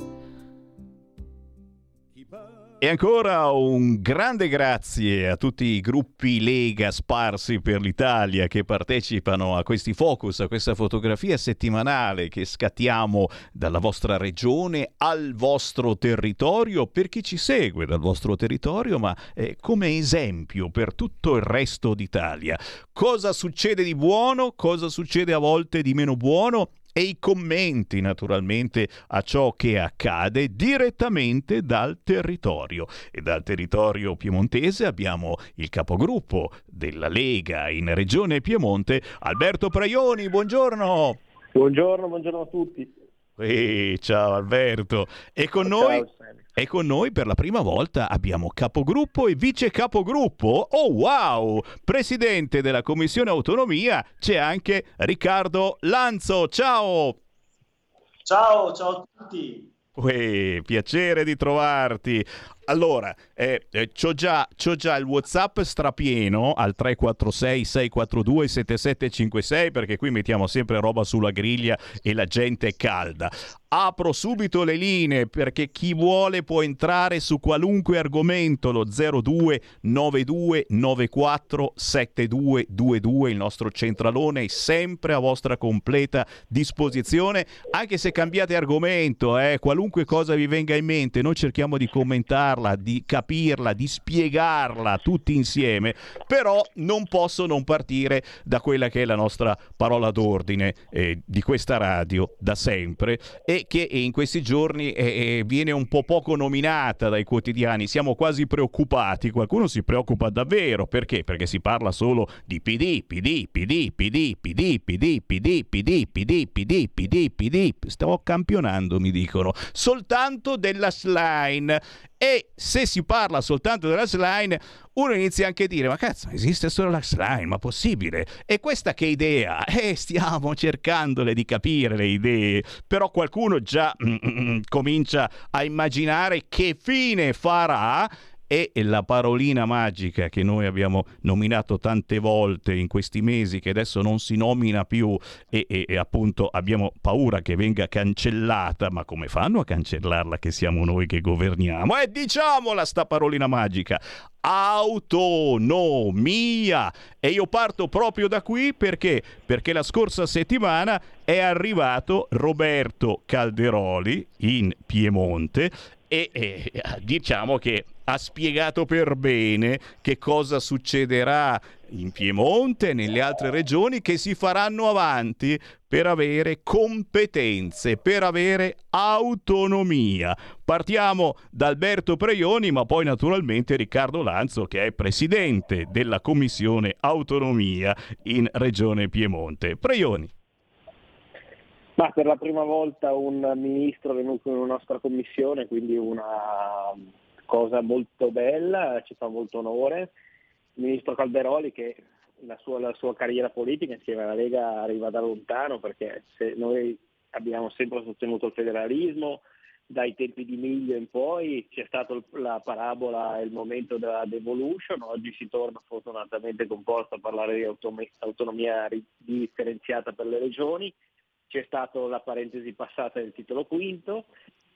S2: E ancora un grande grazie a tutti i gruppi Lega sparsi per l'Italia che partecipano a questi focus, a questa fotografia settimanale che scattiamo dalla vostra regione al vostro territorio, per chi ci segue dal vostro territorio, ma eh, come esempio per tutto il resto d'Italia. Cosa succede di buono, cosa succede a volte di meno buono? E i commenti naturalmente a ciò che accade direttamente dal territorio. E dal territorio piemontese abbiamo il capogruppo della Lega in Regione Piemonte, Alberto Praioni, buongiorno!
S11: Buongiorno, buongiorno a tutti.
S2: Ehi, ciao Alberto! E con
S11: Ciao,
S2: noi...
S11: Sammy.
S2: E con noi per la prima volta abbiamo capogruppo e vice capogruppo. Oh wow! Presidente della Commissione Autonomia c'è anche Riccardo Lanzo. Ciao!
S14: Ciao, ciao a tutti!
S2: Uè, piacere di trovarti. Allora, eh, eh, c'ho, già, c'ho già il WhatsApp strapieno al tre quattro sei sei quattro due sette sette cinque sei perché qui mettiamo sempre roba sulla griglia e la gente è calda. Apro subito le linee perché chi vuole può entrare su qualunque argomento, lo zero due nove due nove quattro sette due due due, il nostro centralone è sempre a vostra completa disposizione, anche se cambiate argomento, eh, qualunque cosa vi venga in mente, noi cerchiamo di commentarla, di capirla, di spiegarla tutti insieme, però non posso non partire da quella che è la nostra parola d'ordine eh, di questa radio da sempre e che in questi giorni eh, viene un po' poco nominata dai quotidiani. Siamo quasi preoccupati, qualcuno si preoccupa davvero, perché? Perché si parla solo di P D, P D, P D, P D, P D, P D, P D, P D, P D, P D, P D, P D, stavo campionando, mi dicono, soltanto della Schlein. E se si parla soltanto della Schlein, uno inizia anche a dire, ma cazzo, esiste solo la Schlein, ma possibile? E questa che idea? Eh, stiamo cercandole di capire le idee, però qualcuno già mm, mm, comincia a immaginare che fine farà. E la parolina magica che noi abbiamo nominato tante volte in questi mesi, che adesso non si nomina più e, e, e appunto abbiamo paura che venga cancellata, ma come fanno a cancellarla che siamo noi che governiamo? E diciamola sta parolina magica: autonomia. E io parto proprio da qui perché perché la scorsa settimana è arrivato Roberto Calderoli in Piemonte e, e diciamo che ha spiegato per bene che cosa succederà in Piemonte e nelle altre regioni che si faranno avanti per avere competenze, per avere autonomia. Partiamo da Alberto Praioni, ma poi naturalmente Riccardo Lanzo, che è presidente della Commissione Autonomia in Regione Piemonte. Praioni.
S11: Ma per la prima volta un ministro è venuto nella nostra commissione, quindi una cosa molto bella, ci fa molto onore. Il ministro Calderoli, che la sua, la sua carriera politica insieme alla Lega arriva da lontano, perché se noi abbiamo sempre sostenuto il federalismo, dai tempi di Miglio in poi c'è stata la parabola e il momento della devolution, oggi si torna fortunatamente con Posto a parlare di autom- autonomia differenziata per le regioni, c'è stata la parentesi passata del titolo quinto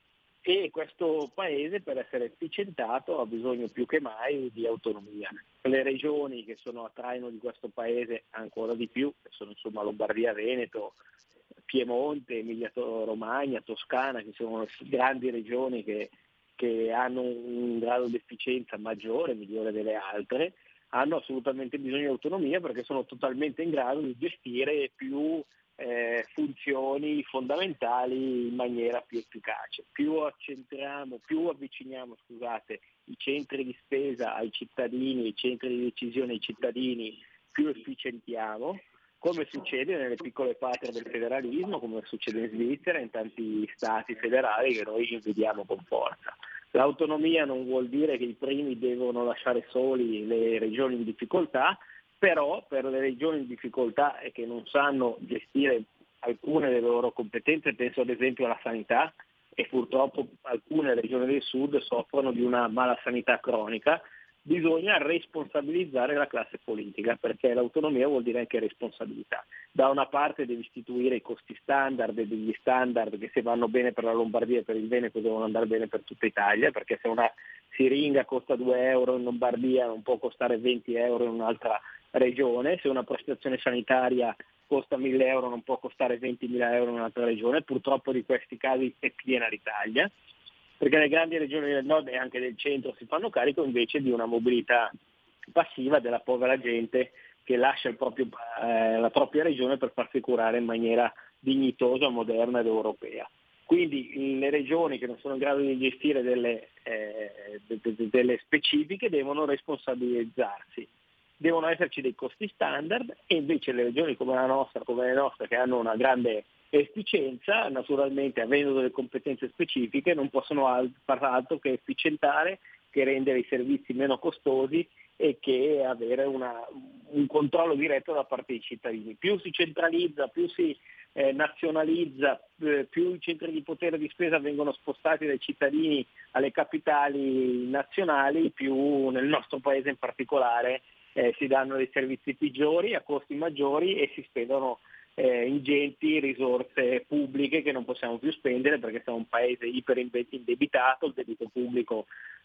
S11: e questo paese per essere efficientato ha bisogno più che mai di autonomia. Le regioni che sono a traino di questo paese ancora di più, che sono insomma Lombardia, Veneto, Piemonte, Emilia-Romagna, Toscana, che sono le grandi regioni che, che hanno un grado di efficienza maggiore, migliore delle altre, hanno assolutamente bisogno di autonomia perché sono totalmente in grado di gestire più eh, funzioni fondamentali in maniera più efficace. Più accentriamo, più avviciniamo, scusate, i centri di spesa ai cittadini, i centri di decisione ai cittadini, più efficientiamo, come succede nelle piccole patrie del federalismo, come succede in Svizzera e in tanti stati federali che noi invidiamo con forza. L'autonomia non vuol dire che i primi devono lasciare soli le regioni in difficoltà, però per le regioni in difficoltà e che non sanno gestire alcune delle loro competenze, penso ad esempio alla sanità, e purtroppo alcune regioni del sud soffrono di una mala sanità cronica, bisogna responsabilizzare la classe politica, perché l'autonomia vuol dire anche responsabilità. Da una parte devi istituire i costi standard e degli standard che se vanno bene per la Lombardia e per il Veneto devono andare bene per tutta Italia, perché se una siringa costa due euro in Lombardia non può costare venti euro in un'altra regione, se una prestazione sanitaria costa mille euro non può costare ventimila euro in un'altra regione, purtroppo di questi casi è piena l'Italia, perché le grandi regioni del nord e anche del centro si fanno carico invece di una mobilità passiva della povera gente che lascia il proprio, eh, la propria regione per farsi curare in maniera dignitosa, moderna ed europea. Quindi le regioni che non sono in grado di gestire delle, eh, de- de- delle specifiche devono responsabilizzarsi. Devono esserci dei costi standard e invece le regioni come la nostra, come le nostre, che hanno una grande efficienza, naturalmente avendo delle competenze specifiche, non possono al- far altro che efficientare, che rendere i servizi meno costosi e che avere una, un controllo diretto da parte dei cittadini. Più si centralizza, più si eh, nazionalizza, eh, più i centri di potere di spesa vengono spostati dai cittadini alle capitali nazionali, più nel nostro paese in particolare eh, si danno dei servizi peggiori a costi maggiori e si spendono eh, ingenti risorse pubbliche che non possiamo più spendere perché siamo un paese iper indebitato, il debito pubblico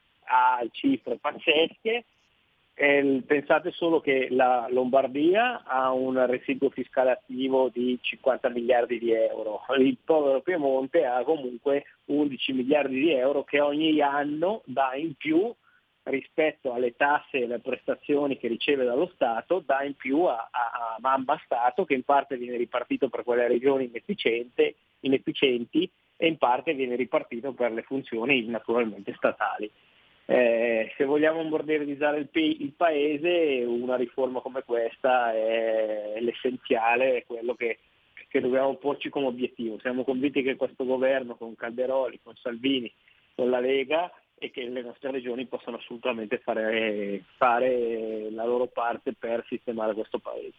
S11: ha cifre pazzesche. Eh, pensate solo che la Lombardia ha un residuo fiscale attivo di cinquanta miliardi di euro, il povero Piemonte ha comunque undici miliardi di euro che ogni anno dà in più rispetto alle tasse e alle prestazioni che riceve dallo Stato, dà in più a, a, a Mamba Stato, che in parte viene ripartito per quelle regioni inefficienti, inefficienti e in parte viene ripartito per le funzioni naturalmente statali. Eh, se vogliamo modernizzare il, il paese, una riforma come questa è l'essenziale, è quello che, che dobbiamo porci come obiettivo. Siamo convinti che questo governo con Calderoli, con Salvini, con la Lega e che le nostre regioni possano assolutamente fare, fare la loro parte per sistemare questo paese.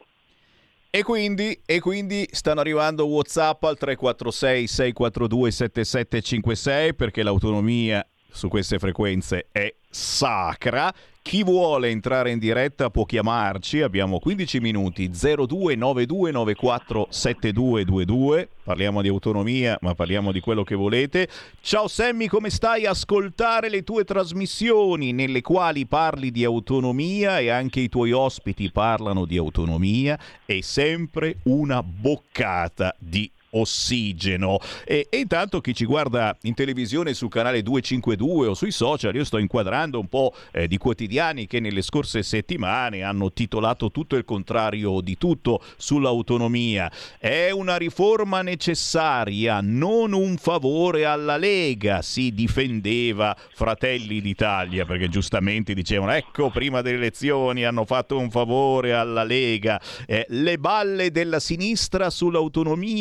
S2: E quindi, e quindi stanno arrivando WhatsApp al tre quattro sei sei quattro due sette sette cinque sei perché l'autonomia su queste frequenze è sacra. Chi vuole entrare in diretta può chiamarci, abbiamo quindici minuti, zero due nove due nove quattro sette due due due, parliamo di autonomia ma parliamo di quello che volete. Ciao Sammy, come stai? Ascoltare le tue trasmissioni nelle quali parli di autonomia e anche i tuoi ospiti parlano di autonomia è sempre una boccata di ossigeno. E, e intanto chi ci guarda in televisione su canale duecentocinquantadue o sui social, io sto inquadrando un po' eh, di quotidiani che nelle scorse settimane hanno titolato tutto il contrario di tutto sull'autonomia. È una riforma necessaria, non un favore alla Lega, si difendeva Fratelli d'Italia, perché giustamente dicevano ecco, prima delle elezioni hanno fatto un favore alla Lega. Eh, le balle della sinistra sull'autonomia approvata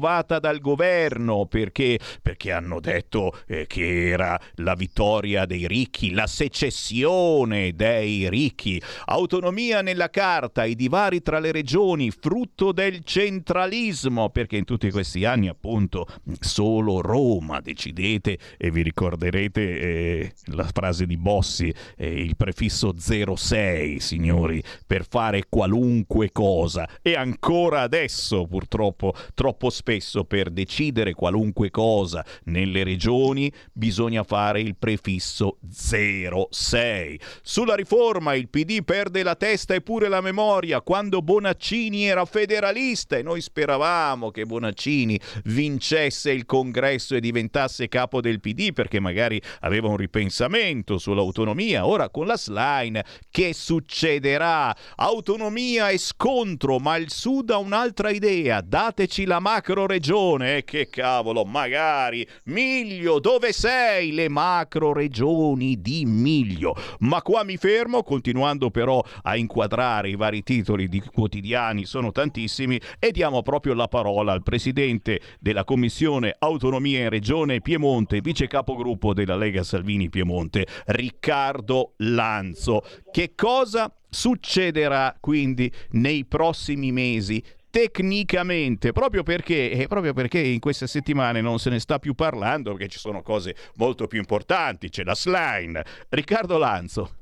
S2: approvata dal governo perché, perché hanno detto eh, che era la vittoria dei ricchi, la secessione dei ricchi. Autonomia nella carta, i divari tra le regioni, frutto del centralismo, perché in tutti questi anni appunto solo Roma, decidete, e vi ricorderete eh, la frase di Bossi, eh, il prefisso zero sei, signori, per fare qualunque cosa, e ancora adesso purtroppo troppo spesso per decidere qualunque cosa nelle regioni bisogna fare il prefisso zero sei. Sulla riforma il P D perde la testa e pure la memoria quando Bonaccini era federalista e noi speravamo che Bonaccini vincesse il congresso e diventasse capo del P D perché magari aveva un ripensamento sull'autonomia. Ora con la Schlein che succederà? Autonomia e scontro, ma il Sud ha un'altra idea, dateci la macro regione. E che cavolo, magari Miglio, dove sei? Le macro regioni di Miglio. Ma qua mi fermo, continuando però a inquadrare i vari titoli di quotidiani, sono tantissimi, e diamo proprio la parola al presidente della Commissione Autonomia e Regione Piemonte, vice capogruppo della Lega Salvini Piemonte, Riccardo Lanzo. Che cosa succederà quindi nei prossimi mesi? Tecnicamente, proprio perché, eh, proprio perché in queste settimane non se ne sta più parlando, perché ci sono cose molto più importanti, c'è la Schlein. Riccardo Lanzo.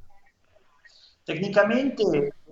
S14: Tecnicamente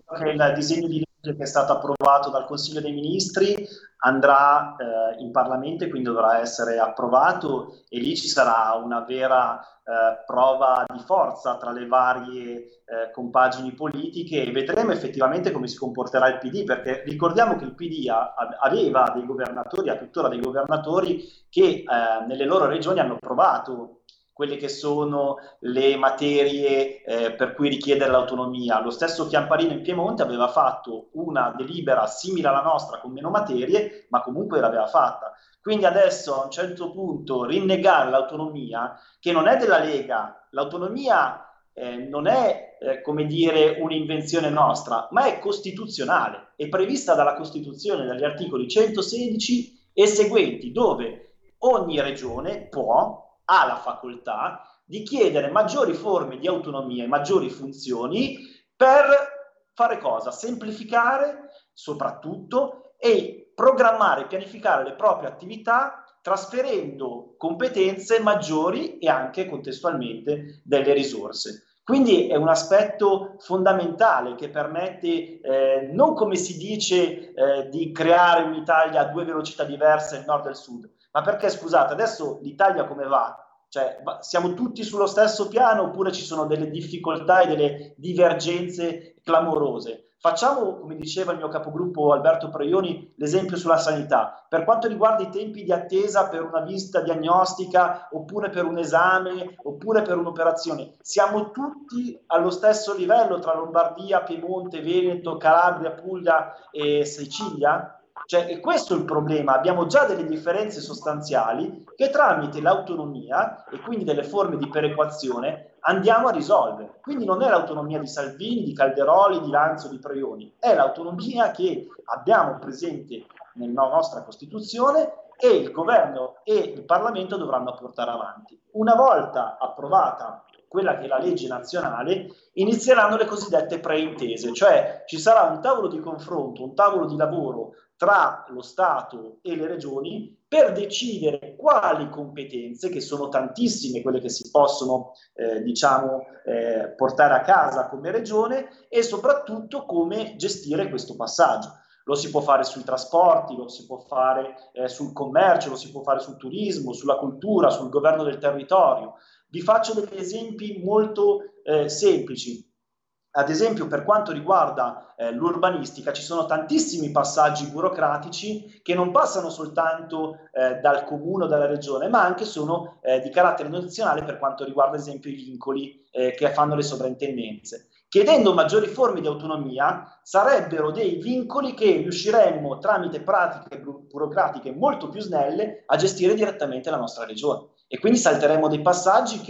S14: il disegno di legge che è stato approvato dal Consiglio dei Ministri andrà eh, in Parlamento e quindi dovrà essere approvato, e lì ci sarà una vera eh, prova di forza tra le varie eh, compagini politiche, e vedremo effettivamente come si comporterà il P D, perché ricordiamo che il P D ha, aveva dei governatori, ha tuttora dei governatori che eh, nelle loro regioni hanno provato quelle che sono le materie eh, per cui richiedere l'autonomia. Lo stesso Chiamparino in Piemonte aveva fatto una delibera simile alla nostra con meno materie, ma comunque l'aveva fatta. Quindi adesso a un certo punto rinnegare l'autonomia, che non è della Lega, l'autonomia eh, non è eh, come dire un'invenzione nostra, ma è costituzionale, è prevista dalla Costituzione, dagli articoli centosedici e seguenti, dove ogni regione può, ha la facoltà di chiedere maggiori forme di autonomia e maggiori funzioni per fare cosa? Semplificare soprattutto e programmare e pianificare le proprie attività trasferendo competenze maggiori e anche contestualmente delle risorse. Quindi è un aspetto fondamentale che permette, eh, non come si dice, eh, di creare un'Italia a due velocità diverse, il nord e il sud, ma perché, scusate, adesso l'Italia come va? Cioè, siamo tutti sullo stesso piano oppure ci sono delle difficoltà e delle divergenze clamorose? Facciamo, come diceva il mio capogruppo Alberto Preioni, l'esempio sulla sanità. Per quanto riguarda i tempi di attesa per una visita diagnostica, oppure per un esame, oppure per un'operazione, siamo tutti allo stesso livello tra Lombardia, Piemonte, Veneto, Calabria, Puglia e Sicilia? Cioè, e questo è il problema, abbiamo già delle differenze sostanziali che tramite l'autonomia e quindi delle forme di perequazione andiamo a risolvere. Quindi non è l'autonomia di Salvini, di Calderoli, di Lanzo, di Preioni, è l'autonomia che abbiamo presente nella nostra Costituzione e il governo e il Parlamento dovranno portare avanti. Una volta approvata quella che è la legge nazionale, inizieranno le cosiddette preintese, cioè ci sarà un tavolo di confronto, un tavolo di lavoro tra lo Stato e le regioni per decidere quali competenze, che sono tantissime quelle che si possono eh, diciamo eh, portare a casa come regione, e soprattutto come gestire questo passaggio. Lo si può fare sui trasporti, lo si può fare eh, sul commercio, lo si può fare sul turismo, sulla cultura, sul governo del territorio. Vi faccio degli esempi molto eh, semplici. Ad esempio, per quanto riguarda eh, l'urbanistica, ci sono tantissimi passaggi burocratici che non passano soltanto eh, dal comune o dalla regione, ma anche sono eh, di carattere nazionale per quanto riguarda, ad esempio, i vincoli eh, che fanno le sovrintendenze. Chiedendo maggiori forme di autonomia, sarebbero dei vincoli che riusciremmo, tramite pratiche burocratiche molto più snelle, a gestire direttamente la nostra regione. E quindi salteremo dei passaggi che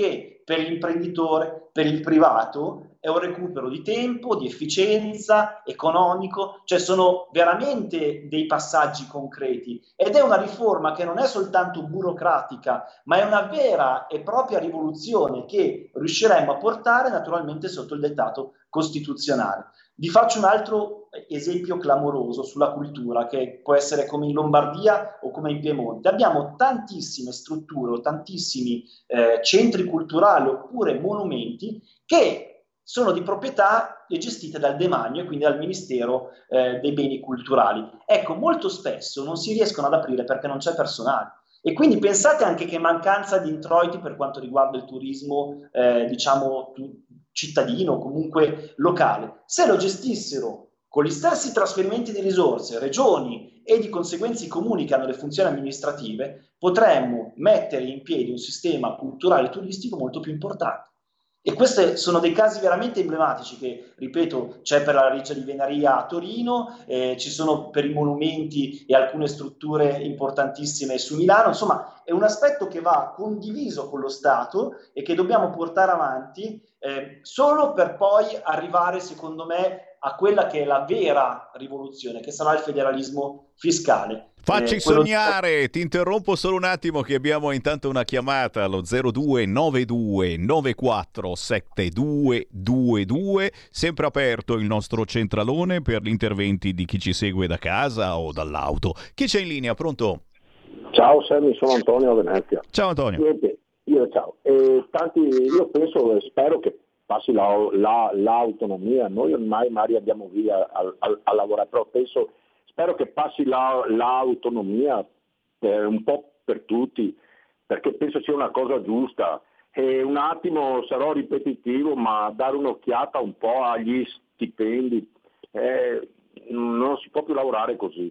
S14: per l'imprenditore, per il privato, è un recupero di tempo, di efficienza, economico, cioè sono veramente dei passaggi concreti ed è una riforma che non è soltanto burocratica, ma è una vera e propria rivoluzione che riusciremo a portare naturalmente sotto il dettato costituzionale. Vi faccio un altro esempio clamoroso sulla cultura, che può essere come in Lombardia o come in Piemonte. Abbiamo tantissime strutture o tantissimi eh, centri culturali oppure monumenti che sono di proprietà e gestite dal demanio e quindi dal Ministero eh, dei Beni Culturali. Ecco, molto spesso non si riescono ad aprire perché non c'è personale. E quindi pensate anche che mancanza di introiti per quanto riguarda il turismo, eh, diciamo, tu, cittadino, comunque locale. Se lo gestissero con gli stessi trasferimenti di risorse, regioni e di conseguenza i comuni che hanno le funzioni amministrative, potremmo mettere in piedi un sistema culturale e turistico molto più importante. E questi sono dei casi veramente emblematici che, ripeto, c'è per la Reggia di Venaria a Torino, eh, ci sono per i monumenti e alcune strutture importantissime su Milano. Insomma, è un aspetto che va condiviso con lo Stato e che dobbiamo portare avanti eh, solo per poi arrivare, secondo me, a quella che è la vera rivoluzione, che sarà il federalismo fiscale.
S2: Facci
S14: eh, quello...
S2: sognare, ti interrompo solo un attimo che abbiamo intanto una chiamata allo zero due nove due nove quattro sette due due due, sempre aperto il nostro centralone per gli interventi di chi ci segue da casa o dall'auto. Chi c'è in linea? Pronto?
S15: Ciao Sammy, sono Antonio da Venezia.
S2: Ciao Antonio.
S15: Niente, io ciao. Eh, tanti, io penso e spero che passi la, la, l'autonomia. Noi ormai Mari andiamo via a, a, a lavorare, però penso, spero che passi la, l'autonomia per un po' per tutti, perché penso sia una cosa giusta. E un attimo sarò ripetitivo, ma dare un'occhiata un po' agli stipendi, eh, non si può più lavorare così.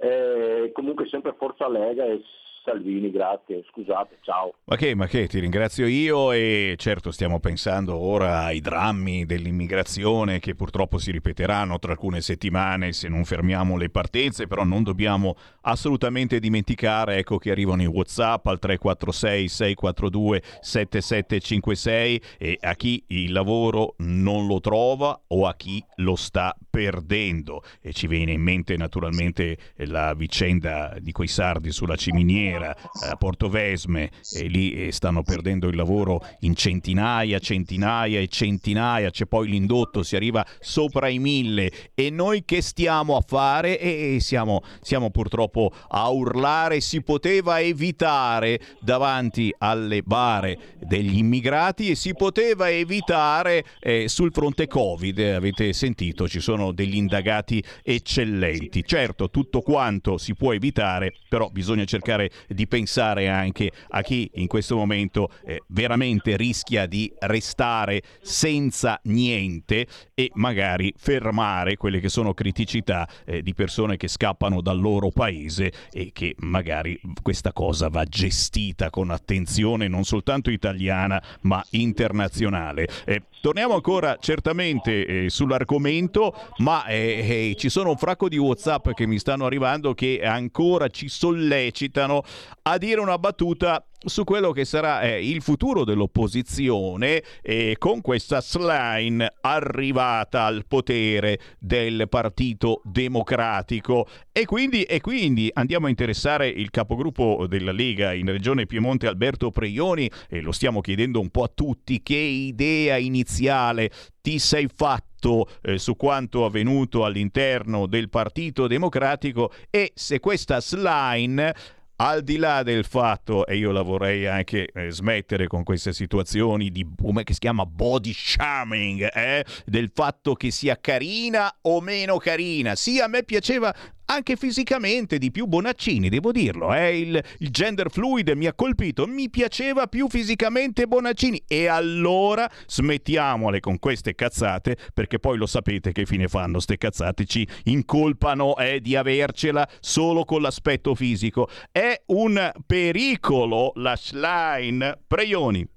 S15: Eh, comunque sempre Forza Lega e Salvini, grazie, scusate, ciao.
S2: Ma che, ma che, ti ringrazio io e certo stiamo pensando ora ai drammi dell'immigrazione che purtroppo si ripeteranno tra alcune settimane se non fermiamo le partenze, però non dobbiamo assolutamente dimenticare, ecco, che arrivano i WhatsApp al tre quattro sei sei quattro due sette sette cinque sei e a chi il lavoro non lo trova o a chi lo sta perdendo. E ci viene in mente naturalmente la vicenda di quei sardi sulla ciminiera a Portovesme, e lì stanno perdendo il lavoro in centinaia, centinaia e centinaia, c'è poi l'indotto, si arriva sopra i mille e noi che stiamo a fare? E siamo, siamo purtroppo a urlare. Si poteva evitare davanti alle bare degli immigrati e si poteva evitare eh, sul fronte Covid, avete sentito, ci sono degli indagati eccellenti. Certo, tutto quanto si può evitare, però bisogna cercare di pensare anche a chi in questo momento eh, veramente rischia di restare senza niente e magari fermare quelle che sono criticità eh, di persone che scappano dal loro paese e che magari questa cosa va gestita con attenzione non soltanto italiana ma internazionale. Eh, torniamo ancora certamente eh, sull'argomento, ma eh, eh, ci sono un fracco di WhatsApp che mi stanno arrivando che ancora ci sollecitano a dire una battuta su quello che sarà eh, il futuro dell'opposizione eh, con questa slime arrivata al potere del Partito Democratico. E quindi, e quindi andiamo a interessare il capogruppo della Lega in Regione Piemonte, Alberto Preioni, e lo stiamo chiedendo un po' a tutti: che idea iniziale ti sei fatto eh, su quanto avvenuto all'interno del Partito Democratico, e se questa slime, al di là del fatto, e io la vorrei anche eh, smettere con queste situazioni di, come che si chiama, body shaming, eh? del fatto che sia carina o meno carina. Sì, a me piaceva anche fisicamente di più Bonaccini, devo dirlo, eh? il, il gender fluid mi ha colpito, mi piaceva più fisicamente Bonaccini. E allora smettiamole con queste cazzate, perché poi lo sapete che fine fanno ste cazzate, ci incolpano eh, di avercela solo con l'aspetto fisico. È un pericolo la Schlein. Preioni.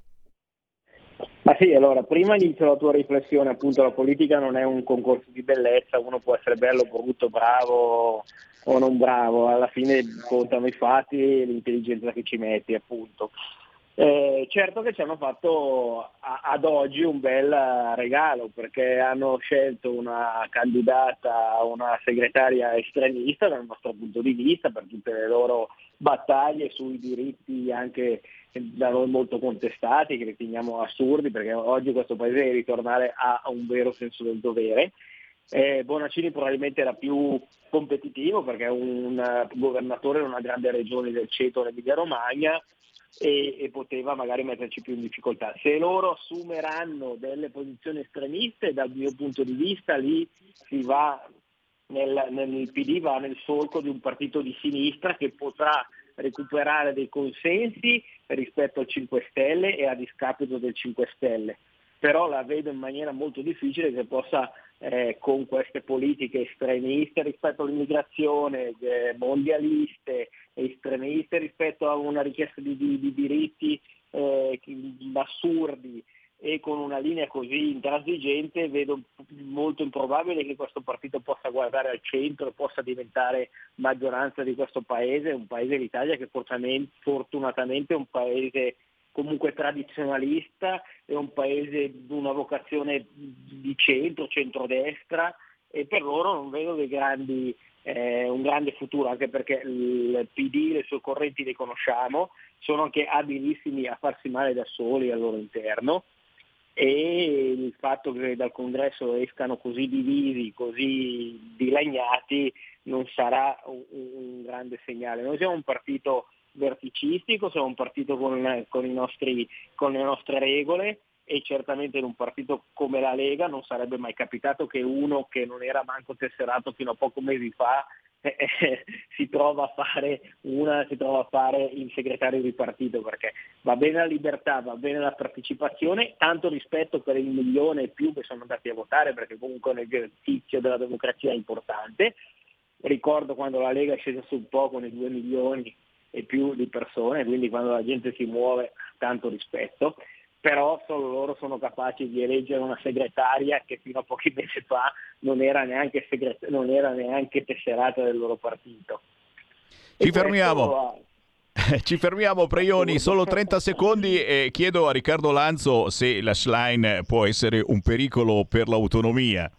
S11: Ma sì, allora, prima inizio la tua riflessione, appunto, la politica non è un concorso di bellezza, uno può essere bello, brutto, bravo o non bravo, alla fine contano i fatti e l'intelligenza che ci metti, appunto. Eh, certo che ci hanno fatto a, ad oggi un bel regalo, perché hanno scelto una candidata, una segretaria estremista dal nostro punto di vista, per tutte le loro battaglie sui diritti anche da noi molto contestati, che riteniamo assurdi, perché oggi questo paese deve ritornare a, a un vero senso del dovere. Eh, Bonaccini probabilmente era più competitivo perché è un uh, governatore di una grande regione del ceto, l'Emilia Romagna, e, e poteva magari metterci più in difficoltà. Se loro assumeranno delle posizioni estremiste, dal mio punto di vista lì si va nel, nel P D va nel solco di un partito di sinistra che potrà recuperare dei consensi rispetto al cinque Stelle e a discapito del cinque Stelle, però la vedo in maniera molto difficile che possa eh, con queste politiche estremiste rispetto all'immigrazione, eh, mondialiste, estremiste rispetto a una richiesta di, di, di diritti eh, assurdi, e con una linea così intransigente vedo molto improbabile che questo partito possa guardare al centro e possa diventare maggioranza di questo paese, un paese, l'Italia, che fortunatamente è un paese comunque tradizionalista, è un paese di una vocazione di centro, centrodestra, e per loro non vedo dei grandi, eh, un grande futuro, anche perché il P D, le sue correnti le conosciamo, sono anche abilissimi a farsi male da soli al loro interno, e il fatto che dal congresso escano così divisi, così dilaniati, non sarà un, un grande segnale. Noi siamo un partito verticistico, siamo un partito con, con, i nostri, con le nostre regole, e certamente in un partito come la Lega non sarebbe mai capitato che uno che non era manco tesserato fino a poco mesi fa eh, eh, si trova a fare una si trova a fare il segretario di partito, perché va bene la libertà, va bene la partecipazione, tanto rispetto per il milione e più che sono andati a votare, perché comunque l'esercizio della democrazia è importante. Ricordo quando la Lega è scesa sul poco nei due milioni e più di persone, quindi quando la gente si muove, tanto rispetto, però solo loro sono capaci di eleggere una segretaria che fino a pochi mesi fa non era neanche, segret- non era neanche tesserata del loro partito.
S2: Ci
S11: E
S2: fermiamo.
S11: questo,
S2: Ci fermiamo, Preioni, solo trenta secondi, e chiedo a Riccardo Lanzo se la Schlein può essere un pericolo per l'autonomia.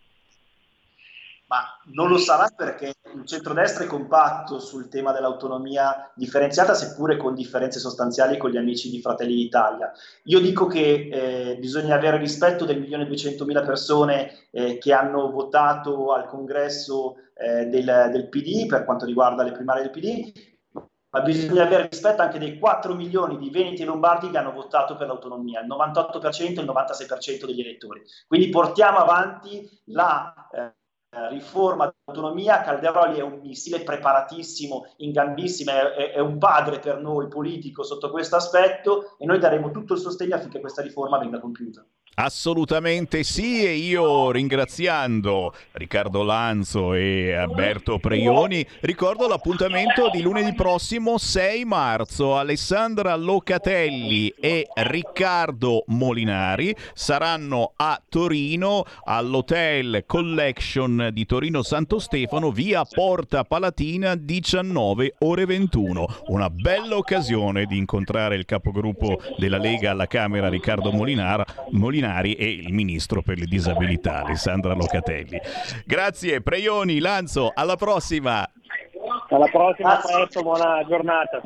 S14: Ma non lo sarà, perché il centrodestra è compatto sul tema dell'autonomia differenziata, seppure con differenze sostanziali con gli amici di Fratelli d'Italia. Io dico che eh, bisogna avere rispetto del milione e duecentomila persone eh, che hanno votato al congresso eh, del, del P D per quanto riguarda le primarie del P D, ma bisogna avere rispetto anche dei quattro milioni di veneti e lombardi che hanno votato per l'autonomia, il novantotto per cento e il novantasei per cento degli elettori. Quindi portiamo avanti la eh, riforma dell'autonomia. Calderoli è un missile preparatissimo, in gambissima, è, è un padre per noi politico sotto questo aspetto, e noi daremo tutto il sostegno affinché questa riforma venga compiuta.
S2: Assolutamente sì, e io, ringraziando Riccardo Lanzo e Alberto Preioni, ricordo l'appuntamento di lunedì prossimo sei marzo. Alessandra Locatelli e Riccardo Molinari saranno a Torino all'Hotel Collection di Torino Santo Stefano, via Porta Palatina, diciannove ore ventuno. Una bella occasione di incontrare il capogruppo della Lega alla Camera, Riccardo Molinari, Molinari e il ministro per le disabilità, Alessandra Locatelli. Grazie Preioni, Lanzo, alla prossima.
S11: Alla prossima, presto, buona giornata.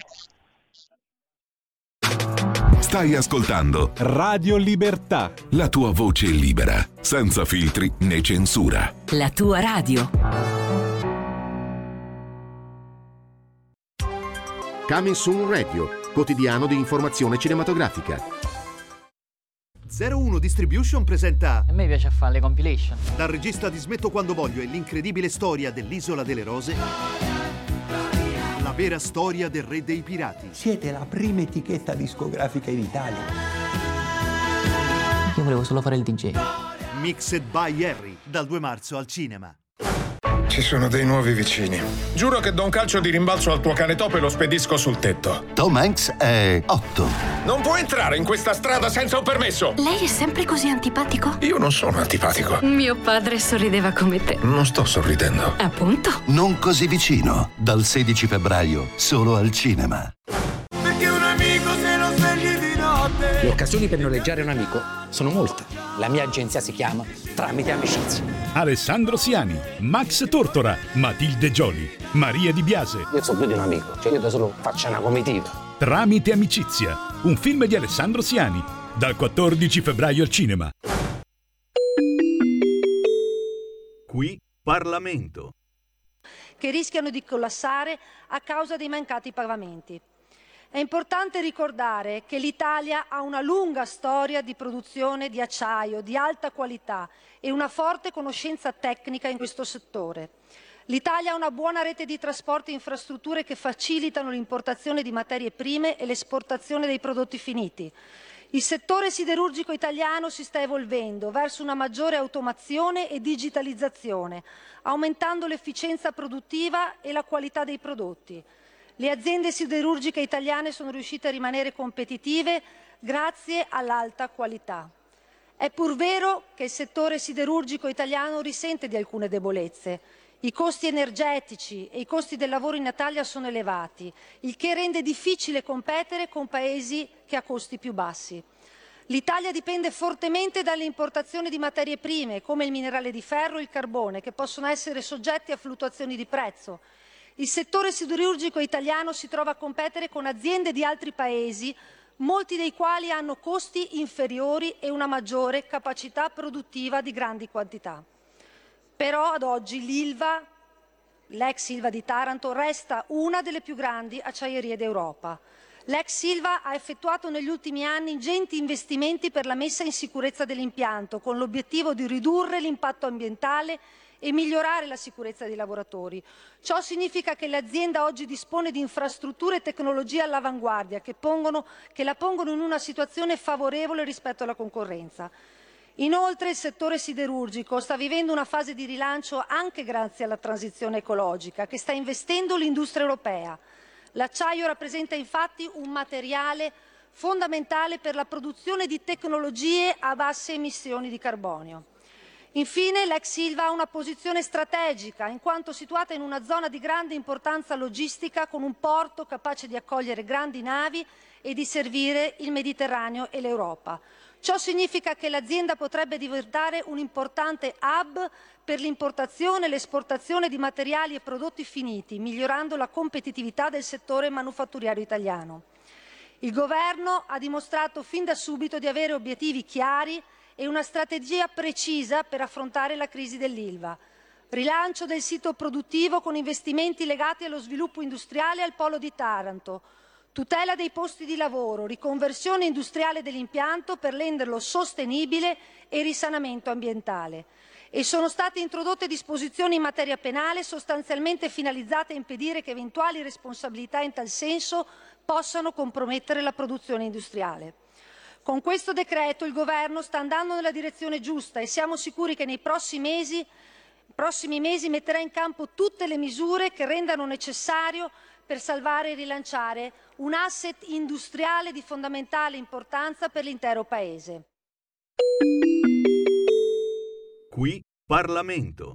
S9: Stai ascoltando
S10: Radio Libertà,
S9: la tua voce libera, senza filtri né censura.
S16: La tua radio.
S17: Coming Soon Radio, quotidiano di informazione cinematografica.
S18: zero uno Distribution presenta
S19: A me piace fare le compilation.
S18: dal regista di Smetto quando voglio e l'incredibile storia dell'Isola delle Rose, la vera storia del re dei pirati.
S20: Siete la prima etichetta discografica in Italia.
S19: Io volevo solo fare il D J.
S18: Mixed by Harry, dal due marzo al cinema.
S21: Ci sono dei nuovi vicini. Giuro che do un calcio di rimbalzo al tuo cane topo e lo spedisco sul tetto.
S22: Tom Hanks è otto.
S21: Non puoi entrare in questa strada senza un permesso.
S23: Lei è sempre così antipatico?
S21: Io non sono antipatico.
S23: Mio padre sorrideva come te.
S21: Non sto sorridendo.
S23: Appunto.
S22: Non così vicino. Dal sedici febbraio, solo al cinema.
S24: Perché un amico se lo svegli
S1: occasioni per noleggiare un amico sono molte. La mia agenzia si chiama Tramite Amicizia.
S3: Alessandro Siani, Max Tortora, Matilde Gioli, Maria Di Biase.
S1: Io so più di un amico, cioè io da solo faccio una comitiva.
S3: Tramite Amicizia, un film di Alessandro Siani, dal quattordici febbraio al cinema.
S2: Qui Parlamento.
S13: Che rischiano di collassare a causa dei mancati pagamenti. È importante ricordare che l'Italia ha una lunga storia di produzione di acciaio di alta qualità e una forte conoscenza tecnica in questo settore. L'Italia ha una buona rete di trasporti e infrastrutture che facilitano l'importazione di materie prime e l'esportazione dei prodotti finiti. Il settore siderurgico italiano si sta evolvendo verso una maggiore automazione e digitalizzazione, aumentando l'efficienza produttiva e la qualità dei prodotti. Le aziende siderurgiche italiane sono riuscite a rimanere competitive grazie all'alta qualità. È pur vero che il settore siderurgico italiano risente di alcune debolezze. I costi energetici e i costi del lavoro in Italia sono elevati, il che rende difficile competere con paesi che ha costi più bassi. L'Italia dipende fortemente dalle importazioni di materie prime, come il minerale di ferro e il carbone, che possono essere soggetti a fluttuazioni di prezzo. Il settore siderurgico italiano si trova a competere con aziende di altri paesi, molti dei quali hanno costi inferiori e una maggiore capacità produttiva di grandi quantità. Però ad oggi l'Ilva, l'ex Ilva di Taranto, resta una delle più grandi acciaierie d'Europa. L'ex Ilva ha effettuato negli ultimi anni ingenti investimenti per la messa in sicurezza dell'impianto, con l'obiettivo di ridurre l'impatto ambientale e migliorare la sicurezza dei lavoratori. Ciò significa che l'azienda oggi dispone di infrastrutture e tecnologie all'avanguardia che, pongono, che la pongono in una situazione favorevole rispetto alla concorrenza. Inoltre il settore siderurgico sta vivendo una fase di rilancio anche grazie alla transizione ecologica che sta investendo l'industria europea. L'acciaio rappresenta infatti un materiale fondamentale per la produzione di tecnologie a basse emissioni di carbonio. Infine, l'ex Ilva ha una posizione strategica, in quanto situata in una zona di grande importanza logistica con un porto capace di accogliere grandi navi e di servire il Mediterraneo e l'Europa. Ciò significa che l'azienda potrebbe diventare un importante hub per l'importazione e l'esportazione di materiali e prodotti finiti, migliorando la competitività del settore manufatturiero italiano. Il Governo ha dimostrato fin da subito di avere obiettivi chiari e una strategia precisa per affrontare la crisi dell'Ilva. Rilancio del sito produttivo con investimenti legati allo sviluppo industriale al polo di Taranto, tutela dei posti di lavoro, riconversione industriale dell'impianto per renderlo sostenibile e risanamento ambientale. E sono state introdotte disposizioni in materia penale sostanzialmente finalizzate a impedire che eventuali responsabilità in tal senso possano compromettere la produzione industriale. Con questo decreto il Governo sta andando nella direzione giusta e siamo sicuri che nei prossimi mesi, prossimi mesi metterà in campo tutte le misure che rendano necessario per salvare e rilanciare un asset industriale di fondamentale importanza per l'intero Paese.
S2: Qui Parlamento.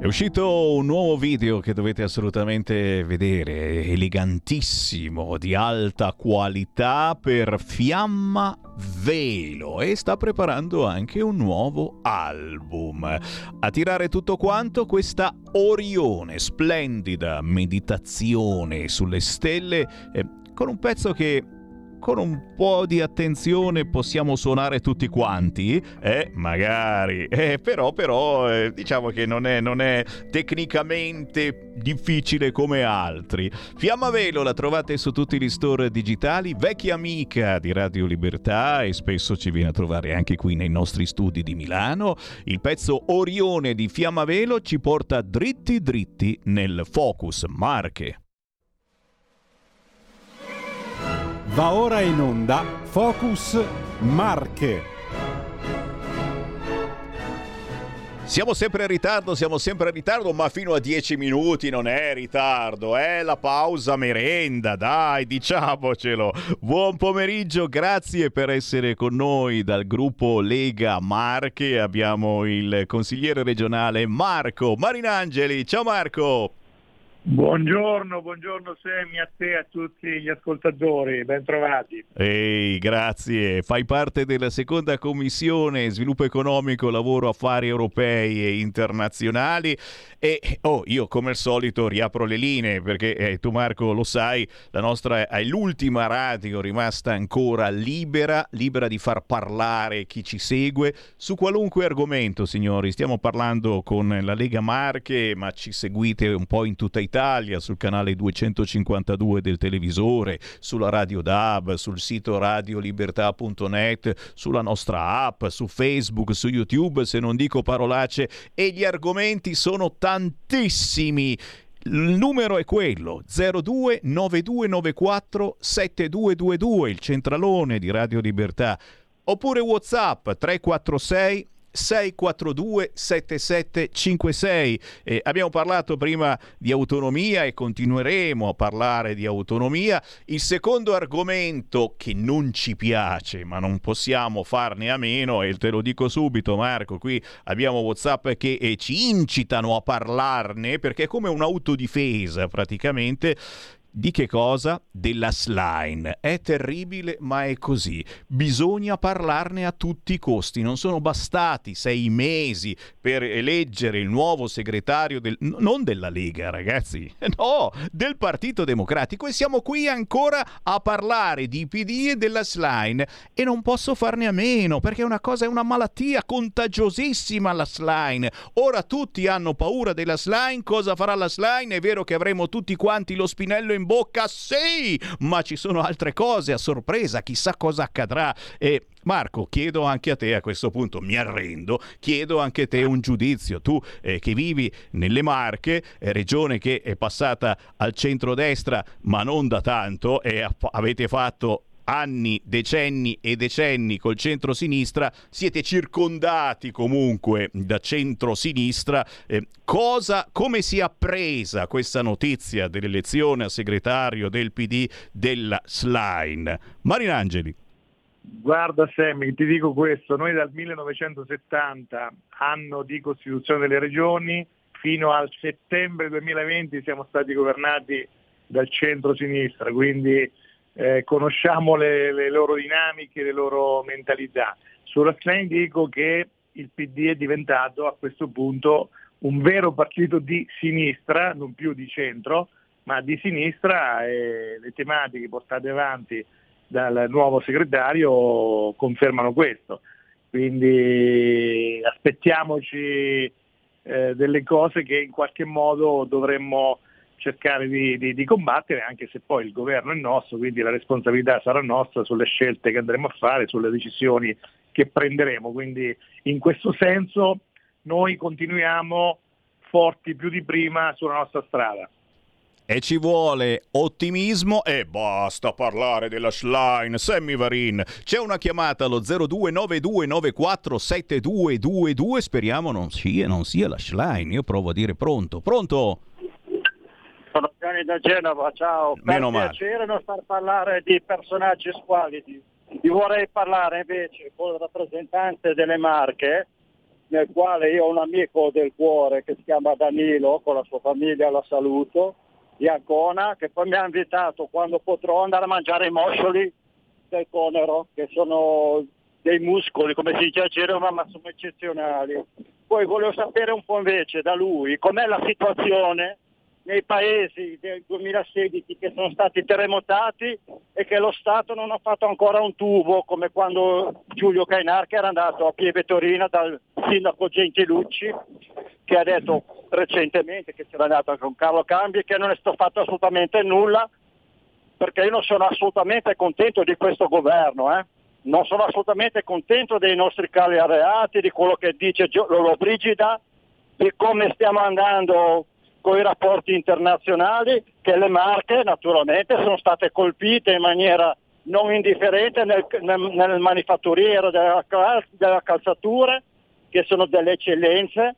S2: uscito un nuovo video che dovete assolutamente vedere, elegantissimo, di alta qualità, per Fiamma Velo, e sta preparando anche un nuovo album. A tirare tutto quanto questa Orione, splendida meditazione sulle stelle, eh, con un pezzo che con un po' di attenzione possiamo suonare tutti quanti, eh, magari, eh, però, però eh, diciamo che non è, non è tecnicamente difficile come altri. Fiamma Velo la trovate su tutti gli store digitali, vecchia amica di Radio Libertà e spesso ci viene a trovare anche qui nei nostri studi di Milano. Il pezzo Orione di Fiamma Velo ci porta dritti dritti nel Focus Marche.
S10: Va ora in onda Focus Marche.
S2: Siamo sempre in ritardo, siamo sempre in ritardo, ma fino a dieci minuti non è ritardo, è la pausa merenda, dai, diciamocelo. Buon pomeriggio, grazie per essere con noi dal gruppo Lega Marche. Abbiamo il consigliere regionale Marco Marinangeli. Ciao Marco!
S8: Buongiorno, buongiorno Semi, a te e a tutti gli ascoltatori, ben trovati.
S2: Ehi, grazie. Fai parte della seconda commissione Sviluppo Economico, Lavoro, Affari Europei e Internazionali e oh, io come al solito riapro le linee perché eh, tu Marco lo sai, la nostra è l'ultima radio rimasta ancora libera, libera di far parlare chi ci segue su qualunque argomento, signori. Stiamo parlando con la Lega Marche, ma ci seguite un po' in tutta Italia, sul canale duecentocinquantadue del televisore, sulla radio D A B, sul sito radio libertà punto net, sulla nostra app, su Facebook, su YouTube, se non dico parolacce, e gli argomenti sono tantissimi. Il numero è quello zero due nove due nove quattro sette due due due, il centralone di Radio Libertà, oppure WhatsApp tre quattro sei sei quattro due sette sette cinque sei. Eh, abbiamo parlato prima di autonomia e continueremo a parlare di autonomia. Il secondo argomento che non ci piace, ma non possiamo farne a meno, e te lo dico subito Marco, qui abbiamo WhatsApp che eh, ci incitano a parlarne perché è come un'autodifesa praticamente. Di che cosa? Della slime. È terribile, ma è così. Bisogna parlarne a tutti i costi. Non sono bastati sei mesi per eleggere il nuovo segretario del... non della Lega, ragazzi. No, del Partito Democratico. E siamo qui ancora a parlare di P D e della slime. E non posso farne a meno, perché è una cosa, è una malattia contagiosissima la slime. Ora tutti hanno paura della slime. Cosa farà la slime? È vero che avremo tutti quanti lo spinello in bocca, sì, ma ci sono altre cose a sorpresa, chissà cosa accadrà. E Marco, chiedo anche a te a questo punto, mi arrendo, chiedo anche a te un giudizio. Tu eh, che vivi nelle Marche, eh, regione che è passata al centrodestra ma non da tanto, e a- avete fatto anni, decenni e decenni col centro-sinistra, siete circondati comunque da centro-sinistra. Eh, cosa, come si è appresa questa notizia dell'elezione a segretario del P D della Schlein? Marinangeli.
S8: Guarda Sammy, ti dico questo, noi dal millenovecentosettanta, anno di Costituzione delle Regioni, fino al settembre duemilaventi siamo stati governati dal centro-sinistra, quindi Eh, conosciamo le, le loro dinamiche, le loro mentalità. Sulla Schlein dico che il P D è diventato a questo punto un vero partito di sinistra, non più di centro, ma di sinistra, e le tematiche portate avanti dal nuovo segretario confermano questo. Quindi aspettiamoci eh, delle cose che in qualche modo dovremmo cercare di, di, di combattere, anche se poi il governo è nostro, quindi la responsabilità sarà nostra sulle scelte che andremo a fare, sulle decisioni che prenderemo. Quindi in questo senso noi continuiamo forti più di prima sulla nostra strada.
S2: E ci vuole ottimismo e basta parlare della Schlein. Sammy Varin, c'è una chiamata allo zero due nove due nove quattro sette due due due, speriamo non sia, non sia la Schlein. Io provo a dire pronto. Pronto?
S6: Sono Gianni da Genova, ciao.
S2: Meno
S6: per piacere non far parlare di personaggi squalidi. Io vorrei parlare invece con il rappresentante delle Marche nel quale io ho un amico del cuore che si chiama Danilo, con la sua famiglia, la saluto, di Ancona, che poi mi ha invitato quando potrò andare a mangiare i moscioli del Conero, che sono dei muscoli, come si dice a Genova, ma sono eccezionali. Poi volevo sapere un po' invece da lui com'è la situazione nei paesi del duemilasedici che sono stati terremotati e che lo Stato non ha fatto ancora un tubo, come quando Giulio Cainarca era andato a Pieve Torina dal sindaco Gentilucci, che ha detto recentemente che c'era andato con Carlo Cambi, che non è stato fatto assolutamente nulla, perché io non sono assolutamente contento di questo governo, eh? Non sono assolutamente contento dei nostri cari areati, di quello che dice Lollobrigida, di come stiamo andando con i rapporti internazionali, che le Marche naturalmente sono state colpite in maniera non indifferente nel, nel, nel manifatturiero della, della calzatura, che sono delle eccellenze,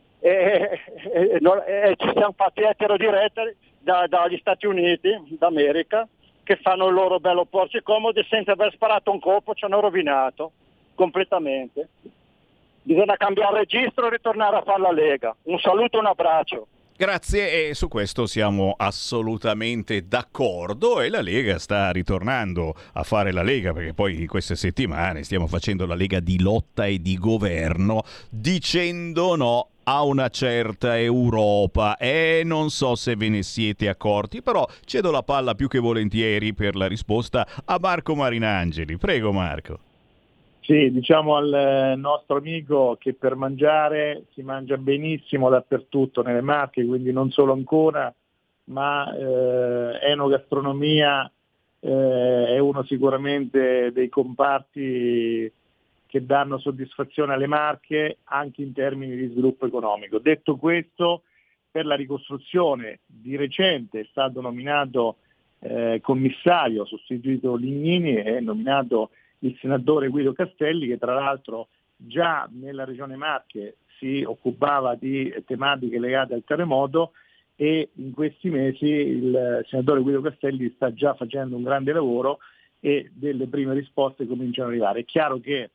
S6: e, e, e, e ci siamo fatti eterodiretti da, dagli Stati Uniti d'America, che fanno il loro bello porci comodi, senza aver sparato un colpo ci hanno rovinato completamente. Bisogna cambiare registro e ritornare a fare la Lega. Un saluto e un abbraccio.
S2: Grazie, e su questo siamo assolutamente d'accordo, e la Lega sta ritornando a fare la Lega, perché poi in queste settimane stiamo facendo la Lega di lotta e di governo, dicendo no a una certa Europa, e non so se ve ne siete accorti, però cedo la palla più che volentieri per la risposta a Marco Marinangeli. Prego Marco.
S8: Sì, diciamo al nostro amico che per mangiare si mangia benissimo dappertutto nelle Marche, quindi non solo Ancona, ma eh, enogastronomia eh, è uno sicuramente dei comparti che danno soddisfazione alle Marche anche in termini di sviluppo economico. Detto questo, per la ricostruzione di recente è stato nominato eh, commissario, sostituito Lignini, è nominato il senatore Guido Castelli, che tra l'altro già nella regione Marche si occupava di tematiche legate al terremoto, e in questi mesi il senatore Guido Castelli sta già facendo un grande lavoro e delle prime risposte cominciano ad arrivare. È chiaro che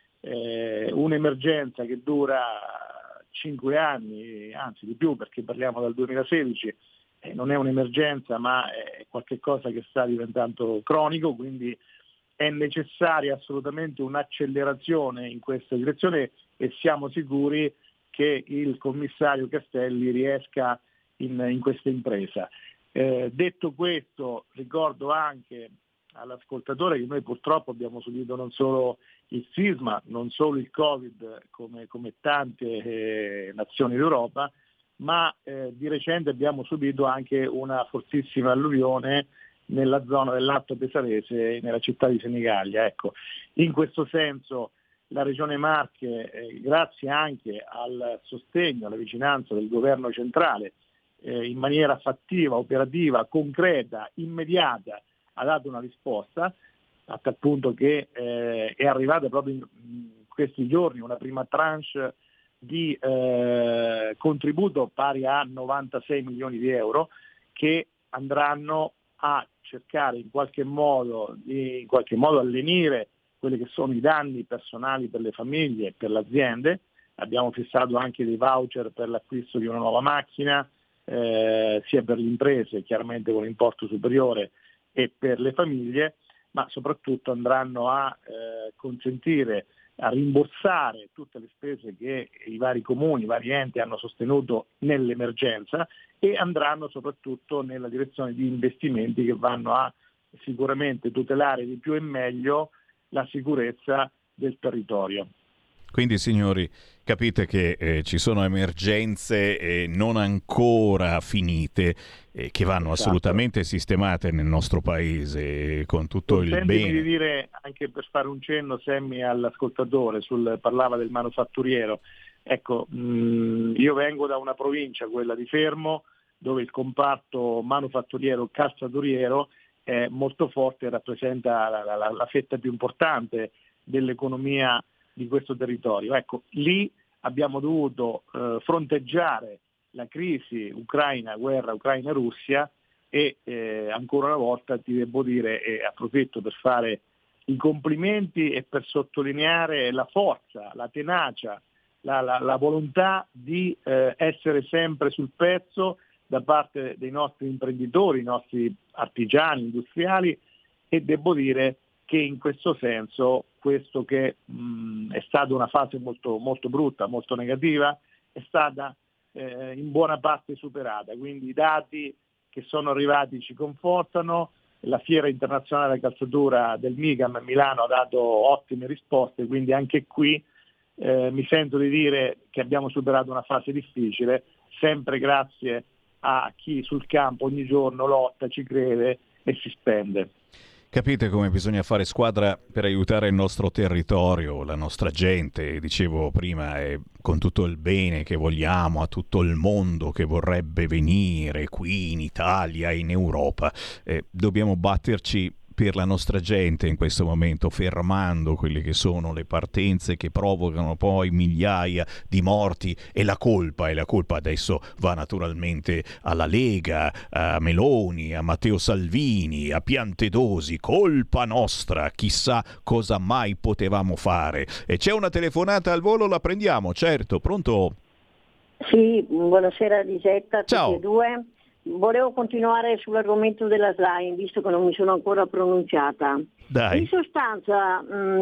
S8: eh, un'emergenza che dura cinque anni, anzi di più perché parliamo dal duemilasedici, eh, non è un'emergenza ma è qualcosa che sta diventando cronico, quindi è necessaria assolutamente un'accelerazione in questa direzione, e siamo sicuri che il commissario Castelli riesca in, in questa impresa. Eh, detto questo, ricordo anche all'ascoltatore che noi purtroppo abbiamo subito non solo il sisma, non solo il Covid come, come tante eh, nazioni d'Europa, ma eh, di recente abbiamo subito anche una fortissima alluvione nella zona dell'Alto Pesarese, nella città di Senigallia. Ecco, in questo senso la Regione Marche, eh, grazie anche al sostegno, alla vicinanza del governo centrale, eh, in maniera fattiva, operativa, concreta, immediata, ha dato una risposta, a tal punto che eh, è arrivata proprio in, in questi giorni una prima tranche di eh, contributo pari a novantasei milioni di euro, che andranno a cercare in qualche modo di in qualche modo allenire quelli che sono i danni personali per le famiglie e per le aziende. Abbiamo fissato anche dei voucher per l'acquisto di una nuova macchina, eh, sia per le imprese, chiaramente con importo superiore, e per le famiglie, ma soprattutto andranno a eh, consentire, a rimborsare tutte le spese che i vari comuni, i vari enti hanno sostenuto nell'emergenza, e andranno soprattutto nella direzione di investimenti che vanno a sicuramente tutelare di più e meglio la sicurezza del territorio.
S2: Quindi signori, capite che eh, ci sono emergenze eh, non ancora finite, eh, che vanno esatto. assolutamente sistemate nel nostro paese, eh, con tutto il
S8: Consentimi
S2: bene.
S8: di dire, anche per fare un cenno, Semmi, all'ascoltatore, sul, parlava del manufatturiero. Ecco, mh, io vengo da una provincia, quella di Fermo, dove il comparto manufatturiero calzaturiero è molto forte e rappresenta la, la, la fetta più importante dell'economia di questo territorio. Ecco, lì abbiamo dovuto eh, fronteggiare la crisi ucraina, guerra Ucraina-Russia, e eh, ancora una volta ti devo dire, e approfitto per fare i complimenti e per sottolineare la forza, la tenacia la, la, la volontà di eh, essere sempre sul pezzo da parte dei nostri imprenditori, i nostri artigiani, industriali, e devo dire che in questo senso, questo che mh, è stata una fase molto, molto brutta, molto negativa, è stata eh, in buona parte superata. Quindi i dati che sono arrivati ci confortano, la Fiera Internazionale della Calzatura del MIGAM a Milano ha dato ottime risposte, quindi anche qui eh, mi sento di dire che abbiamo superato una fase difficile, sempre grazie a chi sul campo ogni giorno lotta, ci crede e si spende.
S2: Capite come bisogna fare squadra per aiutare il nostro territorio, la nostra gente, dicevo prima, e con tutto il bene che vogliamo a tutto il mondo che vorrebbe venire qui in Italia, in Europa, eh, dobbiamo batterci per la nostra gente in questo momento, fermando quelle che sono le partenze che provocano poi migliaia di morti, e la colpa, e la colpa adesso va naturalmente alla Lega, a Meloni, a Matteo Salvini, a Piantedosi, colpa nostra, chissà cosa mai potevamo fare. E c'è una telefonata al volo, la prendiamo, certo, pronto?
S4: Sì, buonasera Lisetta, tutti
S2: Ciao.
S4: e due. Volevo continuare sull'argomento della S L A I, visto che non mi sono ancora pronunciata.
S2: Dai.
S4: In sostanza,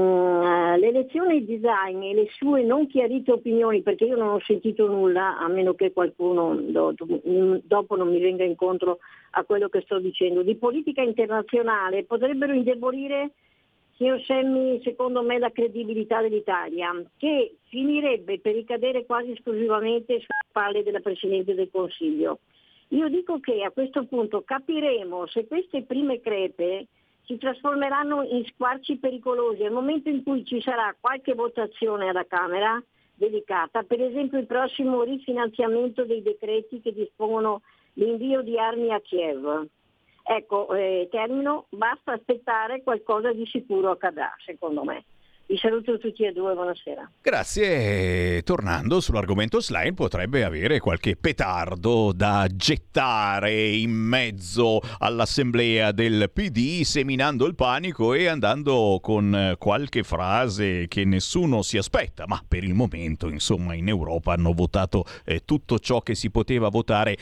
S4: mh, l'elezione di Zain e le sue non chiarite opinioni, perché io non ho sentito nulla, a meno che qualcuno do, dopo non mi venga incontro a quello che sto dicendo, di politica internazionale, potrebbero indebolire, signor Semmi, secondo me la credibilità dell'Italia, che finirebbe per ricadere quasi esclusivamente sulle spalle della Presidente del Consiglio. Io dico che a questo punto capiremo se queste prime crepe si trasformeranno in squarci pericolosi al momento in cui ci sarà qualche votazione alla Camera delicata, per esempio il prossimo rifinanziamento dei decreti che dispongono l'invio di armi a Kiev. Ecco, eh, termino, basta aspettare, qualcosa di sicuro accadrà, secondo me. Vi saluto tutti e due, buonasera.
S2: Grazie. Tornando sull'argomento S L A I, potrebbe avere qualche petardo da gettare in mezzo all'assemblea del P D, seminando il panico e andando con qualche frase che nessuno si aspetta, ma per il momento, insomma, in Europa hanno votato eh, tutto ciò che si poteva votare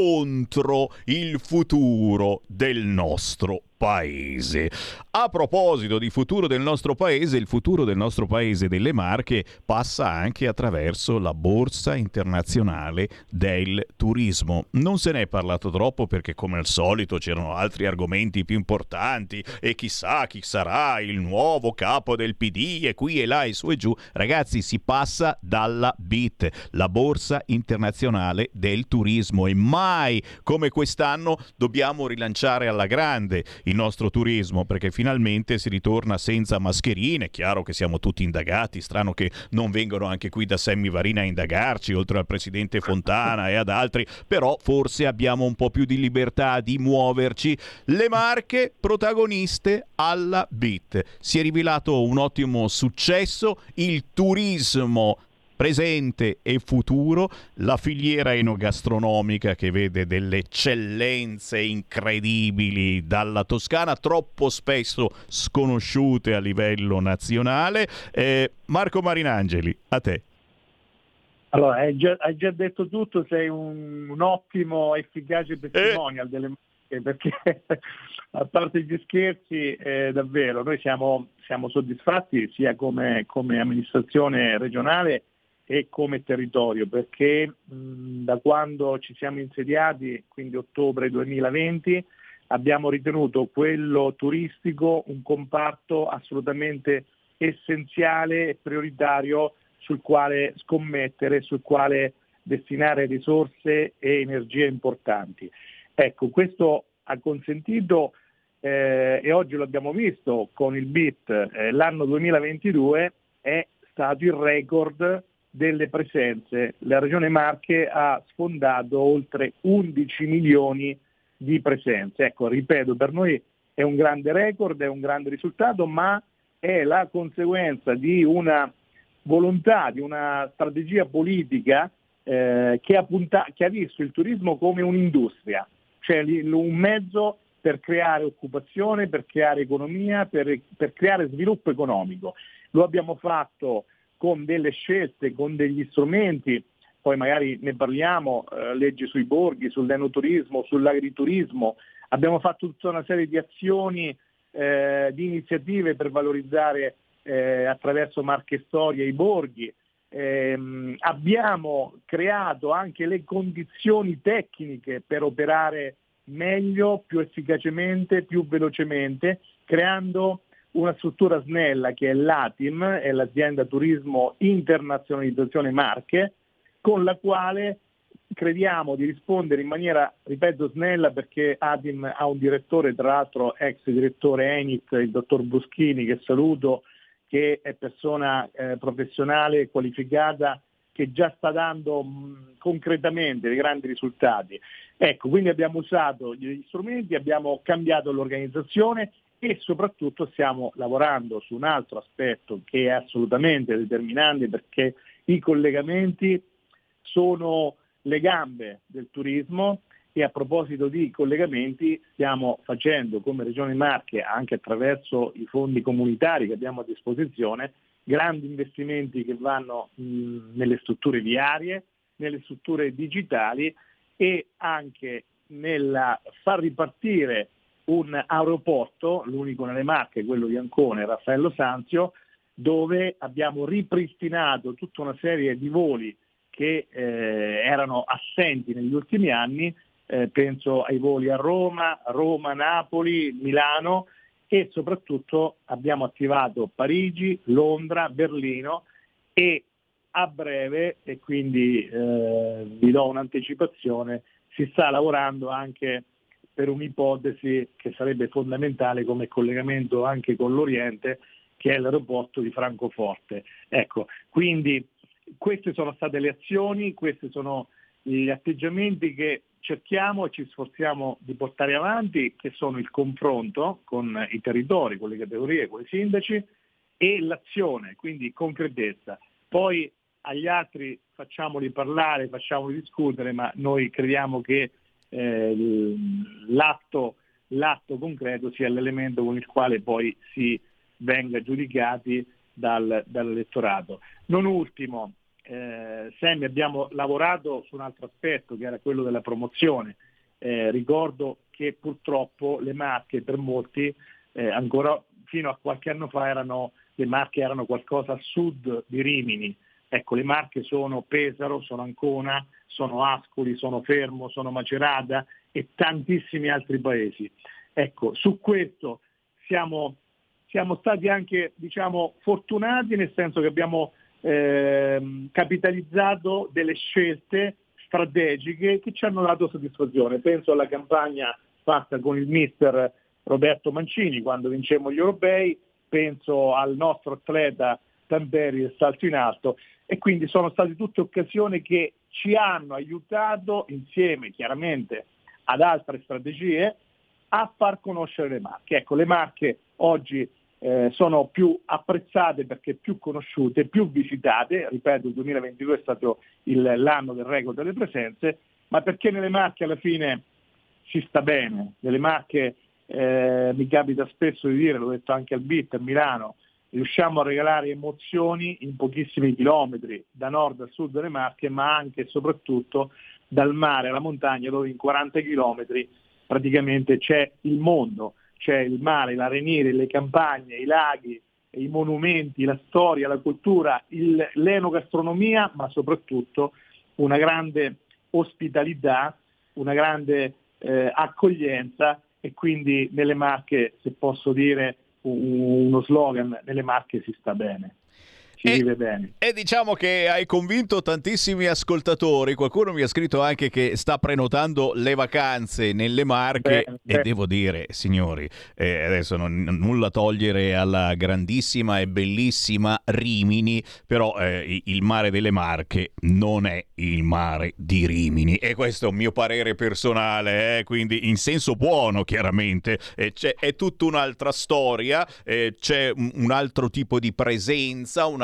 S2: contro il futuro del nostro paese. A proposito di futuro del nostro paese, il futuro del nostro paese delle Marche passa anche attraverso la Borsa Internazionale del Turismo. Non se ne è parlato troppo perché, come al solito, c'erano altri argomenti più importanti e chissà chi sarà il nuovo capo del P D e qui e là e su e giù. Ragazzi, si passa dalla B I T, la Borsa Internazionale del Turismo, e mai come quest'anno dobbiamo rilanciare alla grande il nostro turismo, perché finalmente si ritorna senza mascherine. Chiaro che siamo tutti indagati, strano che non vengano anche qui da Sammy Varina a indagarci, oltre al presidente Fontana e ad altri, però forse abbiamo un po' più di libertà di muoverci. Le Marche protagoniste alla B I T. Si è rivelato un ottimo successo, il turismo presente e futuro, la filiera enogastronomica che vede delle eccellenze incredibili dalla Toscana, troppo spesso sconosciute a livello nazionale. Eh, Marco Marinangeli, a te.
S8: Allora, hai già, hai già detto tutto, sei un, un ottimo, efficace testimonial eh. delle Marche, perché a parte gli scherzi, eh, davvero, noi siamo, siamo soddisfatti sia come, come amministrazione regionale e come territorio, perché mh, da quando ci siamo insediati, quindi ottobre duemilaventi, abbiamo ritenuto quello turistico un comparto assolutamente essenziale e prioritario sul quale scommettere, sul quale destinare risorse e energie importanti. Ecco, questo ha consentito, eh, e oggi lo abbiamo visto con il B I T, eh, l'anno duemilaventidue è stato il record delle presenze. La Regione Marche ha sfondato oltre undici milioni di presenze. Ecco, ripeto, per noi è un grande record, è un grande risultato, ma è la conseguenza di una volontà, di una strategia politica eh, che, ha punta- che ha visto il turismo come un'industria, cioè un mezzo per creare occupazione, per creare economia, per, per creare sviluppo economico. Lo abbiamo fatto con delle scelte, con degli strumenti, poi magari ne parliamo, eh, leggi sui borghi, sull'enoturismo, sull'agriturismo. Abbiamo fatto tutta una serie di azioni, eh, di iniziative per valorizzare eh, attraverso Marche Storia i borghi. Eh, abbiamo creato anche le condizioni tecniche per operare meglio, più efficacemente, più velocemente, creando una struttura snella che è l'A T I M, è l'azienda Turismo Internazionalizzazione Marche, con la quale crediamo di rispondere in maniera, ripeto, snella, perché A T I M ha un direttore, tra l'altro ex direttore Enit, il dottor Buschini, che saluto, che è persona eh, professionale, qualificata, che già sta dando mh, concretamente dei grandi risultati. Ecco, quindi abbiamo usato gli strumenti, abbiamo cambiato l'organizzazione e soprattutto stiamo lavorando su un altro aspetto che è assolutamente determinante, perché i collegamenti sono le gambe del turismo, e a proposito di collegamenti stiamo facendo come Regione Marche, anche attraverso i fondi comunitari che abbiamo a disposizione, grandi investimenti che vanno mh, nelle strutture viarie, nelle strutture digitali e anche nel far ripartire un aeroporto, l'unico nelle Marche, quello di Ancona, Raffaello Sanzio, dove abbiamo ripristinato tutta una serie di voli che eh, erano assenti negli ultimi anni, eh, penso ai voli a Roma, Roma, Napoli, Milano, e soprattutto abbiamo attivato Parigi, Londra, Berlino, e a breve, e quindi eh, vi do un'anticipazione, si sta lavorando anche per un'ipotesi che sarebbe fondamentale come collegamento anche con l'Oriente, che è l'aeroporto di Francoforte. Ecco, quindi queste sono state le azioni, questi sono gli atteggiamenti che cerchiamo e ci sforziamo di portare avanti, che sono il confronto con i territori, con le categorie, con i sindaci, e l'azione, quindi concretezza. Poi agli altri facciamoli parlare, facciamoli discutere, ma noi crediamo che eh, l'atto, l'atto concreto sia l'elemento con il quale poi si venga giudicati dal, dall'elettorato. Non ultimo, eh, Sammy, abbiamo lavorato su un altro aspetto che era quello della promozione. Eh, ricordo che purtroppo le Marche per molti, eh, ancora fino a qualche anno fa, erano, le Marche erano qualcosa a sud di Rimini. Ecco, le Marche sono Pesaro, sono Ancona, sono Ascoli, sono Fermo, sono Macerata e tantissimi altri paesi. Ecco, su questo siamo, siamo stati anche, diciamo, fortunati, nel senso che abbiamo eh, capitalizzato delle scelte strategiche che ci hanno dato soddisfazione. Penso alla campagna fatta con il mister Roberto Mancini quando vincemmo gli europei, penso al nostro atleta Tamperi del salto in alto, e quindi sono state tutte occasioni che ci hanno aiutato, insieme chiaramente ad altre strategie, a far conoscere le Marche. Ecco, le Marche oggi eh, sono più apprezzate perché più conosciute, più visitate, ripeto, il duemilaventidue è stato il, l'anno del record delle presenze, ma perché nelle Marche alla fine si sta bene. Nelle Marche eh, mi capita spesso di dire, l'ho detto anche al B I T a Milano, riusciamo a regalare emozioni in pochissimi chilometri, da nord a sud delle Marche, ma anche e soprattutto dal mare alla montagna, dove in quaranta chilometri praticamente c'è il mondo, c'è il mare, l'arenile, le campagne, i laghi, i monumenti, la storia, la cultura, il, l'enogastronomia, ma soprattutto una grande ospitalità, una grande eh, accoglienza, e quindi nelle Marche, se posso dire uno slogan, nelle Marche si sta bene, si
S2: e,
S8: vive bene.
S2: E diciamo che hai convinto tantissimi ascoltatori. Qualcuno mi ha scritto anche che sta prenotando le vacanze nelle Marche. Beh, e beh. Devo dire, signori, eh, adesso non, nulla togliere alla grandissima e bellissima Rimini, però eh, il mare delle Marche non è il mare di Rimini, e questo è un mio parere personale, eh, quindi in senso buono chiaramente. Eh, c'è, è tutta un'altra storia, eh, c'è un, un altro tipo di presenza, un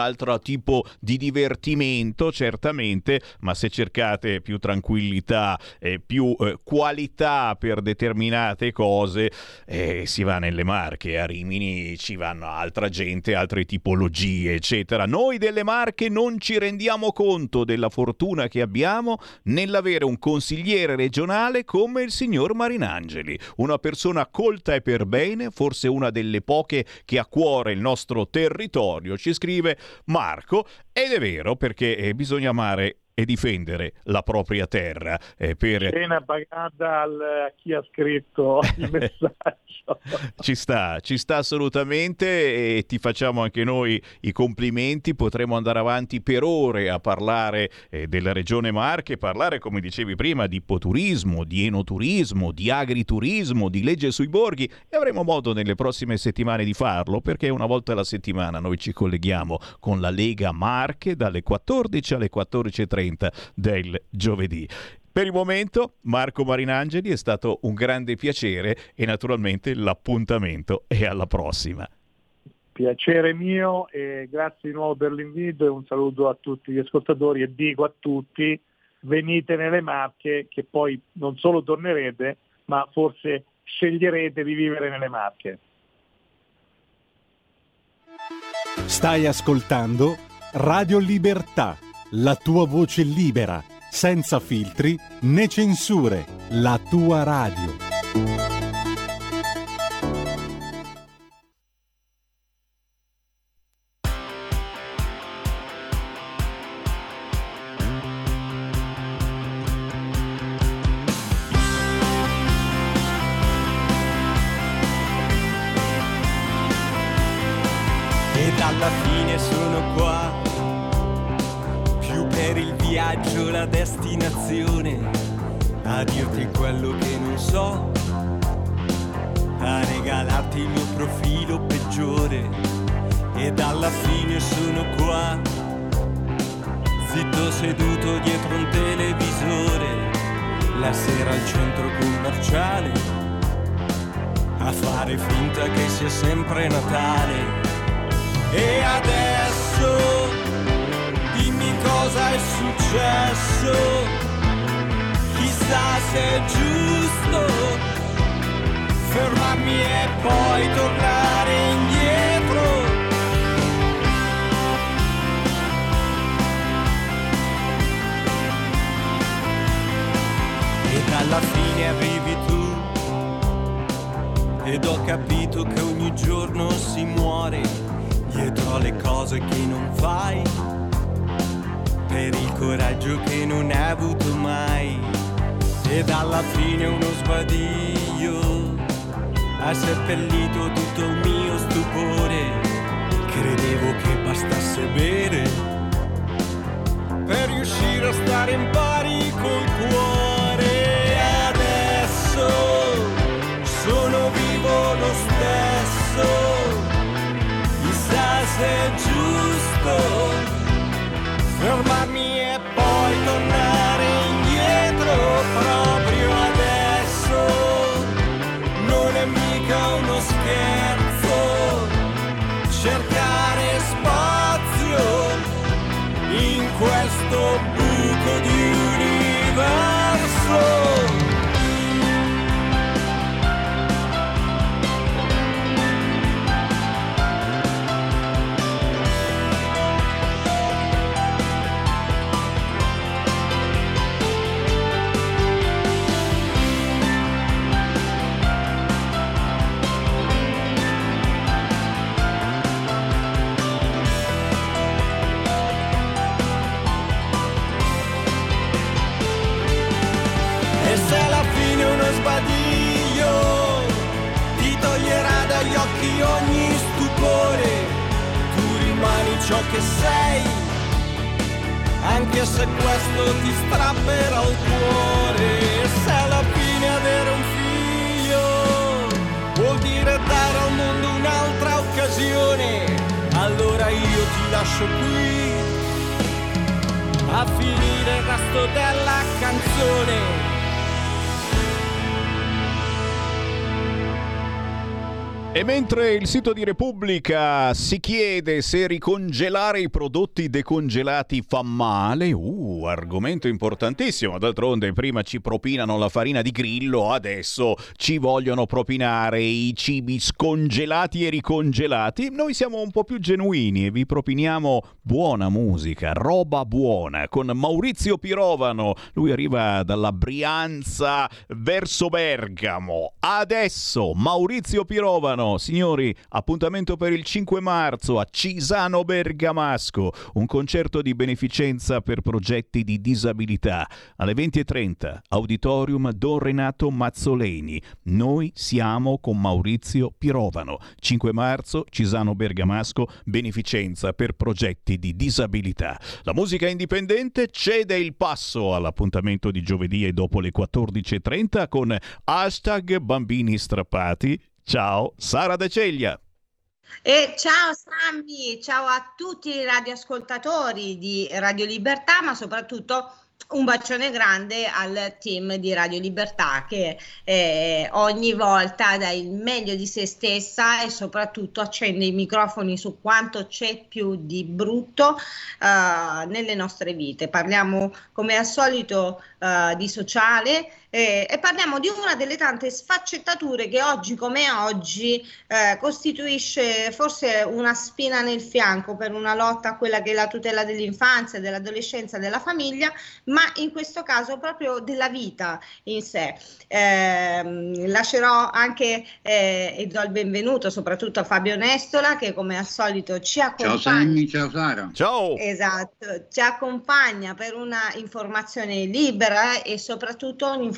S2: altro tipo di divertimento, certamente, ma se cercate più tranquillità e più eh, qualità per determinate cose, eh, si va nelle Marche. A Rimini ci vanno altra gente, altre tipologie, eccetera. Noi delle Marche non ci rendiamo conto della fortuna che abbiamo nell'avere un consigliere regionale come il signor Marinangeli, una persona colta e per bene, forse una delle poche che ha a cuore il nostro territorio, ci scrive Marco, ed è vero, perché eh, bisogna amare e difendere la propria terra. Eh, per...
S8: Cena pagata al, a chi ha scritto il messaggio.
S2: Ci sta, ci sta assolutamente, e ti facciamo anche noi i complimenti. Potremo andare avanti per ore a parlare eh, della regione Marche, parlare, come dicevi prima, di ipoturismo, di enoturismo, di agriturismo, di legge sui borghi, e avremo modo nelle prossime settimane di farlo, perché una volta alla settimana noi ci colleghiamo con la Lega Marche dalle quattordici alle quattordici e trenta del giovedì. Per il momento Marco Marinangeli, è stato un grande piacere e naturalmente l'appuntamento è alla prossima.
S8: Piacere mio e grazie di nuovo per l'invito e un saluto a tutti gli ascoltatori, e dico a tutti: venite nelle Marche, che poi non solo tornerete, ma forse sceglierete di vivere nelle Marche.
S10: Stai ascoltando Radio Libertà, la tua voce libera, senza filtri né censure, la tua radio.
S5: Ed alla fine sono qua, più per il viaggio, la destinazione, a dirti quello che non so, a regalarti il mio profilo peggiore. Ed alla fine sono qua, zitto seduto dietro un televisore, la sera al centro commerciale, a fare finta che sia sempre Natale. E adesso dimmi cosa è successo, chissà se è giusto fermarmi e poi tornare indietro. Ed alla fine arrivi tu, ed ho capito che ogni giorno si muore dietro alle cose che non fai, per il coraggio che non hai avuto mai. Ed alla fine uno sbadiglio ha seppellito tutto il mio stupore. Credevo che bastasse bere per riuscire a stare in pari col cuore. E adesso sono vivo lo stesso, se è giusto fermarmi e poi tornare indietro. Proprio adesso non è mica uno scherzo cercare spazio in questo buco di universo. Dagli occhi ogni stupore, tu rimani ciò che sei, anche se questo ti strapperà il cuore. Se alla fine avere un figlio vuol dire dare al mondo un'altra occasione, allora io ti lascio qui a finire il resto della canzone.
S2: E mentre il sito di Repubblica si chiede se ricongelare i prodotti decongelati fa male, uh, argomento importantissimo, d'altronde prima ci propinano la farina di grillo, adesso ci vogliono propinare i cibi scongelati e ricongelati. Noi siamo un po' più genuini e vi propiniamo buona musica, roba buona, con Maurizio Pirovano. Lui arriva dalla Brianza verso Bergamo. Adesso Maurizio Pirovano. Signori, appuntamento per il cinque marzo a Cisano Bergamasco, un concerto di beneficenza per progetti di disabilità. Alle venti e trenta, Auditorium Don Renato Mazzoleni. Noi siamo con Maurizio Pirovano. cinque marzo, Cisano Bergamasco, beneficenza per progetti di disabilità. La musica indipendente cede il passo all'appuntamento di giovedì e dopo le quattordici e trenta con hashtag Bambini Strappati. Ciao, Sara De Ceglia.
S7: E ciao Sammy, ciao a tutti i radioascoltatori di Radio Libertà, ma soprattutto un bacione grande al team di Radio Libertà che eh, ogni volta dà il meglio di se stessa e soprattutto accende i microfoni su quanto c'è più di brutto uh, nelle nostre vite. Parliamo come al solito uh, di sociale eh, e parliamo di una delle tante sfaccettature che oggi come oggi eh, costituisce forse una spina nel fianco per una lotta a quella che è la tutela dell'infanzia, dell'adolescenza, della famiglia, ma in questo caso proprio della vita in sé. Eh, lascerò anche eh, e do il benvenuto soprattutto a Fabio Nestola che come al solito ci accompagna.
S12: Ciao Sammy, ciao Sara.
S2: Ciao.
S7: Esatto, ci accompagna per una informazione libera e soprattutto un'informazione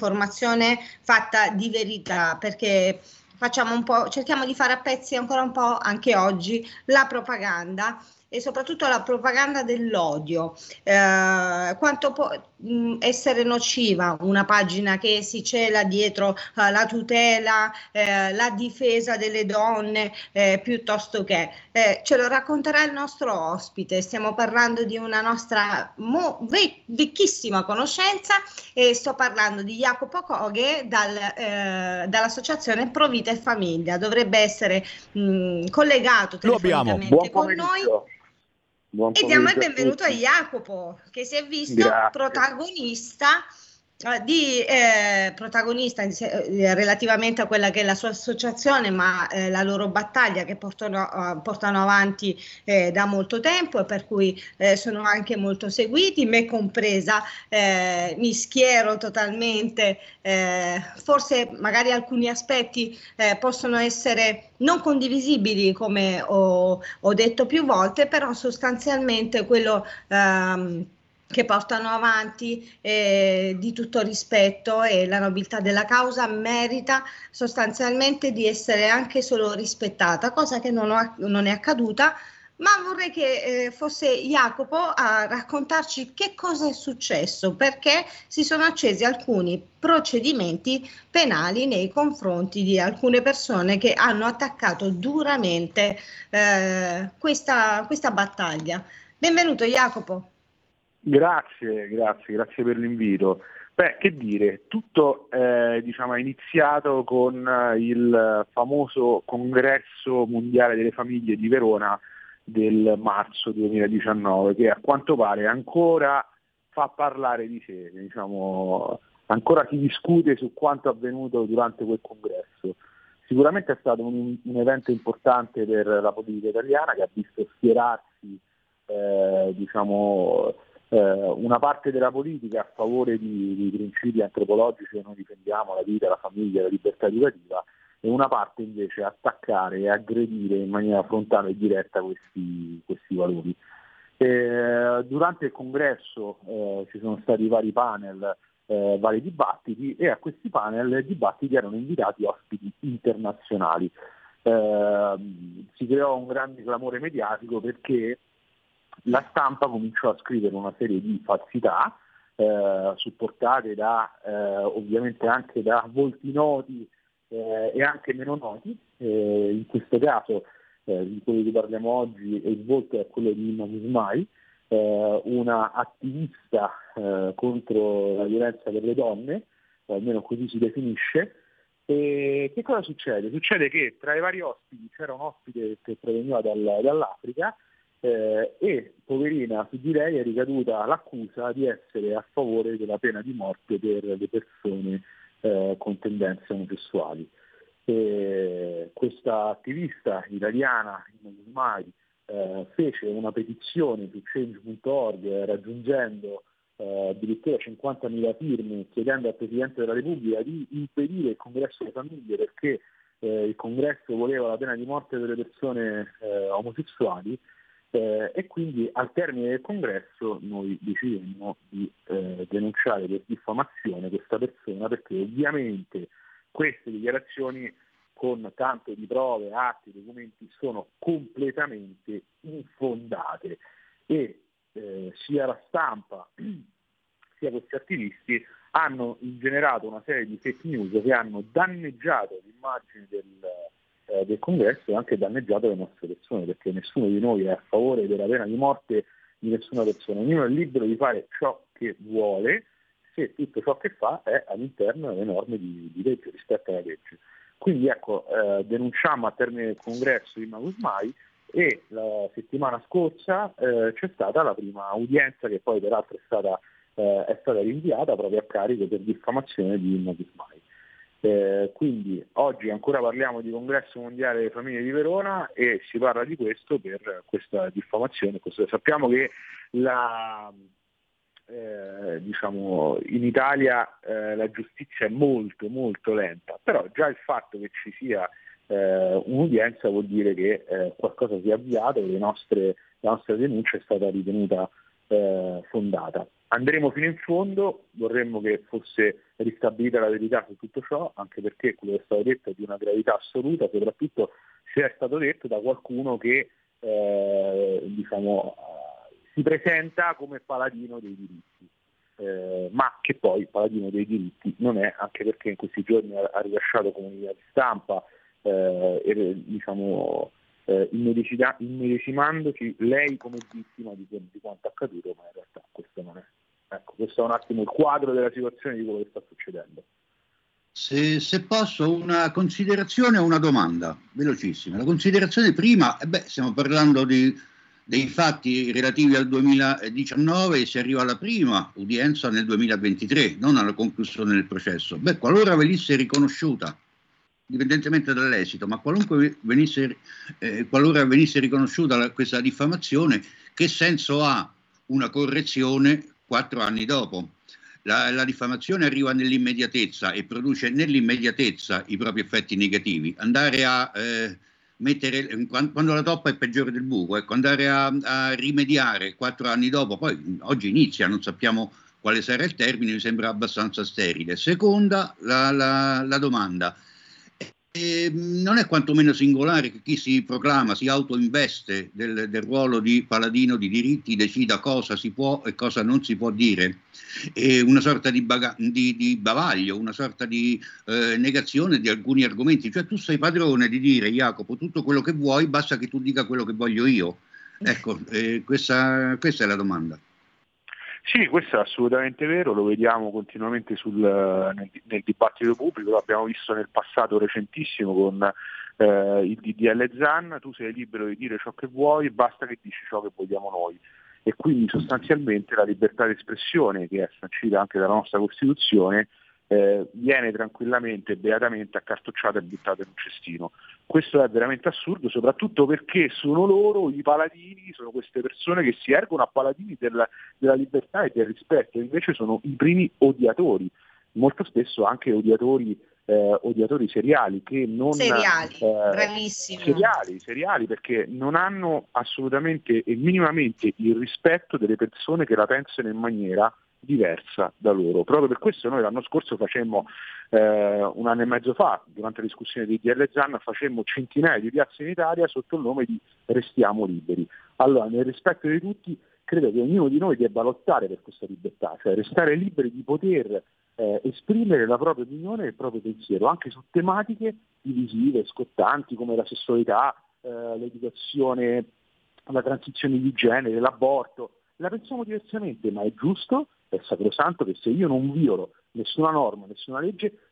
S7: fatta di verità, perché facciamo un po', cerchiamo di fare a pezzi ancora un po' anche oggi la propaganda e soprattutto la propaganda dell'odio, eh, quanto può mh, essere nociva una pagina che si cela dietro eh, la tutela, eh, la difesa delle donne, eh, piuttosto che eh, ce lo racconterà il nostro ospite. Stiamo parlando di una nostra mo- ve- vecchissima conoscenza e sto parlando di Jacopo Coghe dal, eh, dall'associazione Pro Vita e Famiglia. Dovrebbe essere mh, collegato telefonicamente con noi.
S15: Buon
S7: E diamo il
S15: pomeriggio a
S7: benvenuto a
S15: tutti.
S7: Jacopo che si è visto
S15: Grazie.
S7: protagonista eh, di eh, protagonista in se- eh, relativamente a quella che è la sua associazione, ma eh, la loro battaglia che portano, eh, portano avanti eh, da molto tempo e per cui eh, sono anche molto seguiti, me compresa. Eh, mi schiero totalmente, eh, forse magari alcuni aspetti eh, possono essere non condivisibili come ho, ho detto più volte, però sostanzialmente quello ehm, che portano avanti eh, di tutto rispetto e la nobiltà della causa merita sostanzialmente di essere anche solo rispettata, cosa che non, ho, non è accaduta, ma vorrei che eh, fosse Jacopo a raccontarci che cosa è successo, perché si sono accesi alcuni procedimenti penali nei confronti di alcune persone che hanno attaccato duramente eh, questa, questa battaglia. Benvenuto Jacopo.
S8: Grazie, grazie, grazie per l'invito. Beh, che dire, tutto eh, diciamo, è iniziato con eh, il famoso congresso mondiale delle famiglie di Verona del marzo duemiladiciannove, che a quanto pare ancora fa parlare di sé, diciamo, ancora si discute su quanto avvenuto durante quel congresso. Sicuramente è stato un, un evento importante per la politica italiana che ha visto schierarsi eh, diciamo, eh, una parte della politica a favore di, di principi antropologici che noi difendiamo, la vita, la famiglia, la libertà educativa, e una parte invece attaccare e aggredire in maniera frontale e diretta questi, questi valori. E, durante il congresso eh, ci sono stati vari panel, eh, vari dibattiti, e a questi panel e dibattiti erano invitati ospiti internazionali. Eh, si creò un grande clamore mediatico perché la stampa cominciò a scrivere una serie di falsità eh, supportate da eh, ovviamente anche da volti noti eh, e anche meno noti. Eh, in questo caso eh, di quello che parliamo oggi il volto è quello di Inna Gusmai, eh, una attivista eh, contro la violenza per le donne, almeno così si definisce,
S12: E che cosa succede? Succede che tra i vari ospiti c'era un ospite che proveniva dal, dall'Africa eh, e poverina su di lei è ricaduta l'accusa di essere a favore della pena di morte per le persone eh, con tendenze omosessuali. E questa attivista italiana, Mai, eh, fece una petizione su change punto org raggiungendo eh, addirittura cinquantamila firme chiedendo al Presidente della Repubblica di impedire il congresso delle famiglie perché eh, il congresso voleva la pena di morte delle persone eh, omosessuali eh, e quindi al termine del congresso noi decidemmo di eh, denunciare per diffamazione questa persona perché ovviamente queste dichiarazioni con tanto di prove, atti, documenti sono completamente infondate e eh, sia la stampa sia questi attivisti hanno generato una serie di fake news che hanno danneggiato l'immagine del, eh, del congresso e anche danneggiato le nostre persone, perché nessuno di noi è a favore della pena di morte di nessuna persona, ognuno è libero di fare ciò che vuole se tutto ciò che fa è all'interno delle norme di, di legge, rispetto alla legge. Quindi ecco, eh, denunciamo a termine del congresso di Magus Mai e la settimana scorsa eh, c'è stata la prima udienza che poi peraltro è stata, eh, è stata rinviata proprio a carico per diffamazione di Magus Mai. Eh, quindi oggi ancora parliamo di congresso mondiale delle famiglie di Verona e si parla di questo per questa diffamazione. Questo, sappiamo che la... Eh, diciamo in Italia eh, la giustizia è molto molto lenta, però già il fatto che ci sia eh, un'udienza vuol dire che eh, qualcosa si è avviato e le nostre, la nostra denuncia è stata ritenuta eh, fondata. Andremo fino in fondo, vorremmo che fosse ristabilita la verità su tutto ciò, anche perché quello che è stato detto è di una gravità assoluta, soprattutto se è stato detto da qualcuno che eh, diciamo si presenta come paladino dei diritti, eh, ma che poi paladino dei diritti non è, anche perché in questi giorni ha, ha rilasciato comunicati di stampa, eh, e, diciamo, eh, immedicida, immedesimandoci lei come vittima di, di quanto accaduto, ma in realtà questo non è. Ecco, questo è un attimo il quadro della situazione di quello che sta succedendo.
S14: Se, se posso, una considerazione o una domanda, velocissima. La considerazione prima, eh beh, stiamo parlando di dei fatti relativi al duemiladiciannove e si arriva alla prima udienza nel duemilaventitré, non alla conclusione del processo. Beh, qualora venisse riconosciuta, indipendentemente dall'esito, ma qualunque venisse, eh, qualora venisse riconosciuta la, questa diffamazione, che senso ha una correzione quattro anni dopo? La, la diffamazione arriva nell'immediatezza e produce nell'immediatezza i propri effetti negativi. Andare a... Eh, Mettere, quando la toppa è peggiore del buco, ecco, andare a, a rimediare quattro anni dopo, poi oggi inizia, non sappiamo quale sarà il termine, mi sembra abbastanza sterile. Seconda, la, la, la domanda. E non è quantomeno singolare che chi si proclama, si autoinveste del, del ruolo di paladino di diritti, decida cosa si può e cosa non si può dire, e una sorta di, baga- di, di bavaglio, una sorta di eh, negazione di alcuni argomenti, cioè tu sei padrone di dire, Jacopo, tutto quello che vuoi, basta che tu dica quello che voglio io. Ecco, eh, questa, questa è la domanda.
S12: Sì, questo è assolutamente vero, lo vediamo continuamente sul, nel, nel dibattito pubblico, lo abbiamo visto nel passato recentissimo con eh, il D D L Zan, tu sei libero di dire ciò che vuoi, basta che dici ciò che vogliamo noi. E quindi sostanzialmente la libertà di espressione, che è sancita anche dalla nostra Costituzione, eh, viene tranquillamente e beatamente accartocciata e buttata in un cestino. Questo è veramente assurdo, soprattutto perché sono loro i paladini, sono queste persone che si ergono a paladini della, della libertà e del rispetto, e invece sono i primi odiatori, molto spesso anche odiatori, eh, odiatori seriali, che non
S7: seriali,
S12: eh,
S7: bravissimo.
S12: seriali, seriali, perché non hanno assolutamente e minimamente il rispetto delle persone che la pensano in maniera diversa da loro. Proprio per questo noi l'anno scorso facemmo, eh, un anno e mezzo fa, durante la discussione di D L Zan, facemmo centinaia di piazze in Italia sotto il nome di Restiamo Liberi. Allora, nel rispetto di tutti, credo che ognuno di noi debba lottare per questa libertà, cioè restare liberi di poter eh, esprimere la propria opinione e il proprio pensiero, anche su tematiche divisive, scottanti, come la sessualità, eh, l'educazione, la transizione di genere, l'aborto. La pensiamo diversamente, ma è giusto, è sacrosanto che se io non violo nessuna norma, nessuna legge,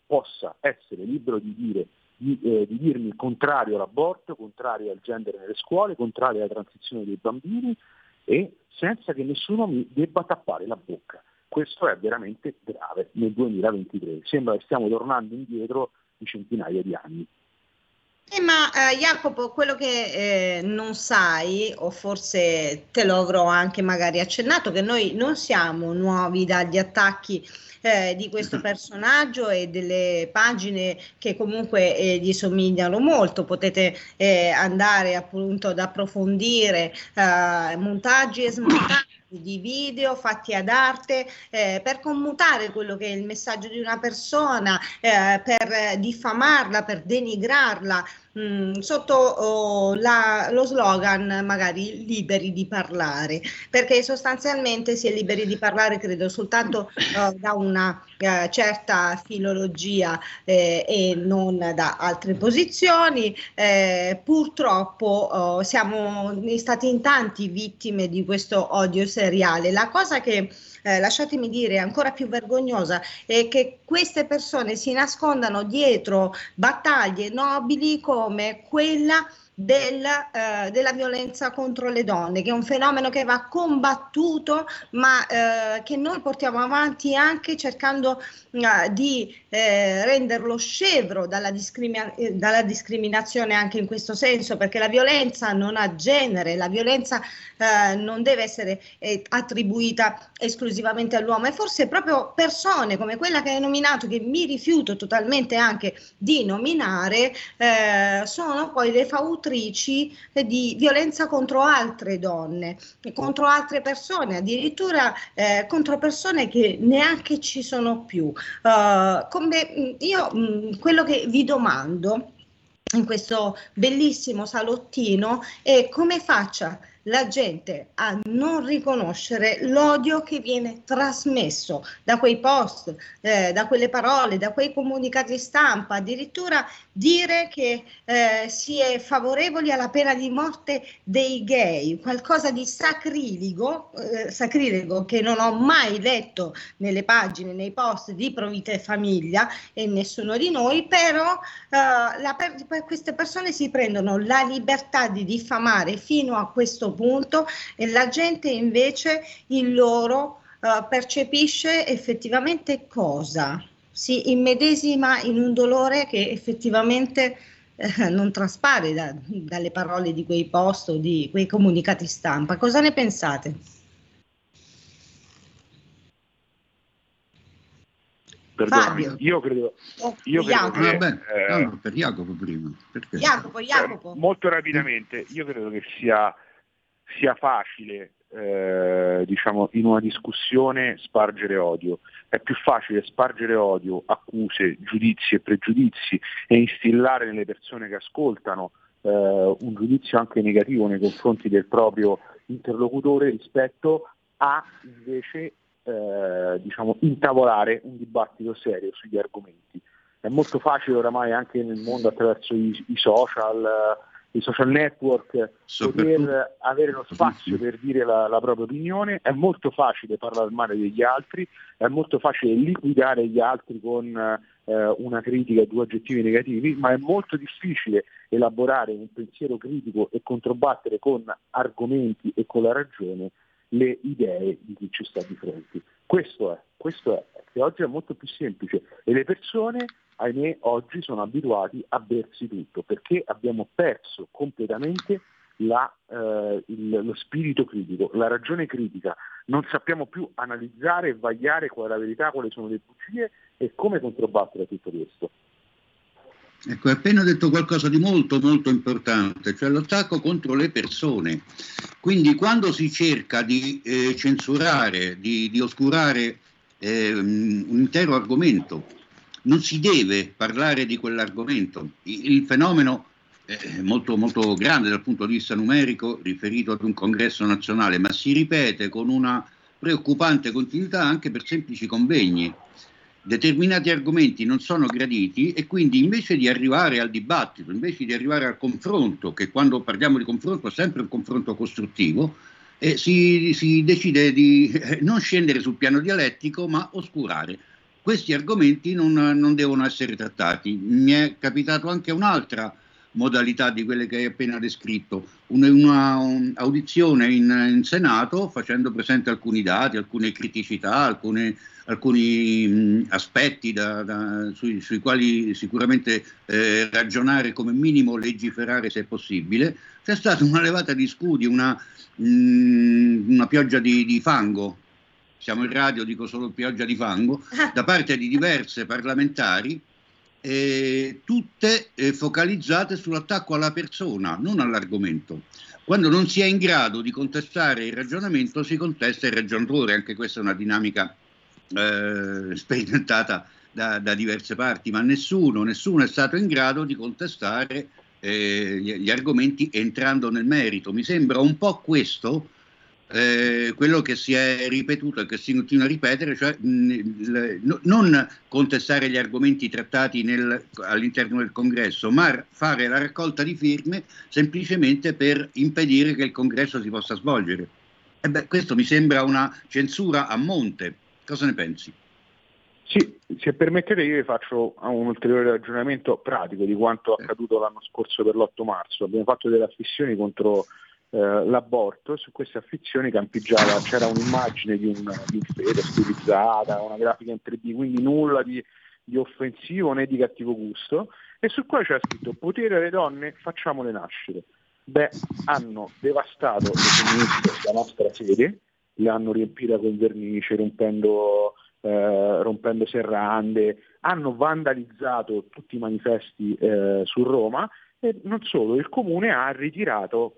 S12: possa essere libero di dire Di, eh, di dirmi contrario all'aborto, contrario al genere nelle scuole, contrario alla transizione dei bambini, e senza che nessuno mi debba tappare la bocca. Questo è veramente grave nel duemilaventitré. Sembra che stiamo tornando indietro di centinaia di anni.
S7: Eh, ma eh, Jacopo, quello che eh, non sai, o forse te lo avrò anche magari accennato, che noi non siamo nuovi dagli attacchi eh, di questo personaggio e delle pagine che comunque eh, gli somigliano molto. Potete eh, andare appunto ad approfondire eh, montaggi e smontaggi di video fatti ad arte eh, per commutare quello che è il messaggio di una persona, eh, per diffamarla, per denigrarla, mh, sotto oh, la, lo slogan magari liberi di parlare, perché sostanzialmente si è liberi di parlare credo soltanto uh, da una uh, certa filologia eh, e non da altre posizioni. Eh, purtroppo uh, siamo stati in tanti vittime di questo odio seriale. La cosa che eh, lasciatemi dire è ancora più vergognosa è che queste persone si nascondano dietro battaglie nobili come quella Del, eh, della violenza contro le donne, che è un fenomeno che va combattuto, ma eh, che noi portiamo avanti anche cercando eh, di eh, renderlo scevro dalla, discrimina- dalla discriminazione anche in questo senso, perché la violenza non ha genere, la violenza eh, non deve essere eh, attribuita esclusivamente all'uomo, e forse proprio persone come quella che hai nominato, che mi rifiuto totalmente anche di nominare, eh, sono poi le fautrici di violenza contro altre donne, contro altre persone, addirittura eh, contro persone che neanche ci sono più. Uh, come io mh, quello che vi domando in questo bellissimo salottino è come faccia la gente a non riconoscere l'odio che viene trasmesso da quei post, eh, da quelle parole, da quei comunicati stampa, addirittura dire che eh, si è favorevoli alla pena di morte dei gay, qualcosa di sacrilego, eh, sacrilego che non ho mai letto nelle pagine, nei post di Pro Vita e Famiglia, e nessuno di noi, però eh, la per, per queste persone si prendono la libertà di diffamare fino a questo punto, e la gente invece il loro uh, percepisce effettivamente cosa? Si immedesima in un dolore che effettivamente eh, non traspare da, dalle parole di quei post o di quei comunicati stampa. Cosa ne pensate?
S12: Perdonami,
S7: Fabio.
S12: io credo,
S7: Oh,
S12: io credo
S7: Jacopo.
S12: che,
S14: Vabbè,
S12: eh,
S14: no, per Jacopo prima. Perché?
S7: Jacopo, Jacopo.
S12: Eh, molto rapidamente, io credo che sia, sia facile, eh, diciamo, in una discussione spargere odio. È più facile spargere odio, accuse, giudizi e pregiudizi e instillare nelle persone che ascoltano eh, un giudizio anche negativo nei confronti del proprio interlocutore, rispetto a invece Eh, diciamo intavolare un dibattito serio sugli argomenti. È molto facile oramai anche nel mondo, attraverso i, i social, i social network, poter avere lo spazio per dire la, la propria opinione. È molto facile parlare male degli altri, è molto facile liquidare gli altri con eh, una critica e due aggettivi negativi, ma è molto difficile elaborare un pensiero critico e controbattere con argomenti e con la ragione le idee di chi ci sta di fronte. Questo è, questo è, che oggi è molto più semplice, e le persone, ahimè, oggi sono abituati a bersi tutto, perché abbiamo perso completamente la, eh, il, lo spirito critico, la ragione critica. Non sappiamo più analizzare e vagliare qual è la verità, quali sono le bugie e come controbattere tutto questo.
S14: Ecco, hai appena detto qualcosa di molto molto importante, cioè l'attacco contro le persone. Quindi quando si cerca di eh, censurare, di, di oscurare eh, un intero argomento, non si deve parlare di quell'argomento. Il, il fenomeno è molto molto grande dal punto di vista numerico, riferito ad un congresso nazionale, ma si ripete con una preoccupante continuità anche per semplici convegni. Determinati argomenti non sono graditi, e quindi invece di arrivare al dibattito, invece di arrivare al confronto, che quando parliamo di confronto è sempre un confronto costruttivo, eh, si, si decide di eh, non scendere sul piano dialettico, ma oscurare. questi argomenti non, non devono essere trattati. Mi è capitato anche un'altra modalità di quelle che hai appena descritto, una, una un, audizione in, in Senato facendo presente alcuni dati, alcune criticità, alcune, alcuni mh, aspetti da, da, sui, sui quali sicuramente eh, ragionare, come minimo legiferare se è possibile. C'è stata una levata di scudi, una, mh, una pioggia di, di fango. Siamo in radio, dico solo pioggia di fango, da parte di diverse parlamentari, eh, tutte eh, focalizzate sull'attacco alla persona, non all'argomento. Quando non si è in grado di contestare il ragionamento, si contesta il ragionatore. Anche questa è una dinamica eh, sperimentata da, da diverse parti, ma nessuno, nessuno è stato in grado di contestare eh, gli, gli argomenti entrando nel merito. Mi sembra un po' questo Eh, quello che si è ripetuto e che si continua a ripetere, cioè mh, le, no, non contestare gli argomenti trattati nel, all'interno del congresso, ma fare la raccolta di firme semplicemente per impedire che il congresso si possa svolgere. E beh, questo mi sembra una censura a monte. Cosa ne pensi?
S12: Sì, se permettete io vi faccio un ulteriore ragionamento pratico di quanto accaduto l'anno scorso per l'otto marzo. Abbiamo fatto delle affissioni contro Uh, l'aborto. Su queste affissioni campeggiava, c'era un'immagine di un, di un feto stilizzata, una grafica in tre D, quindi nulla di, di offensivo né di cattivo gusto, e sul quale c'era scritto: potere alle donne, facciamole nascere. Beh, hanno devastato le femministe la nostra sede, le hanno riempita con vernice, rompendo, eh, rompendo serrande, hanno vandalizzato tutti i manifesti eh, su Roma, e non solo, il comune ha ritirato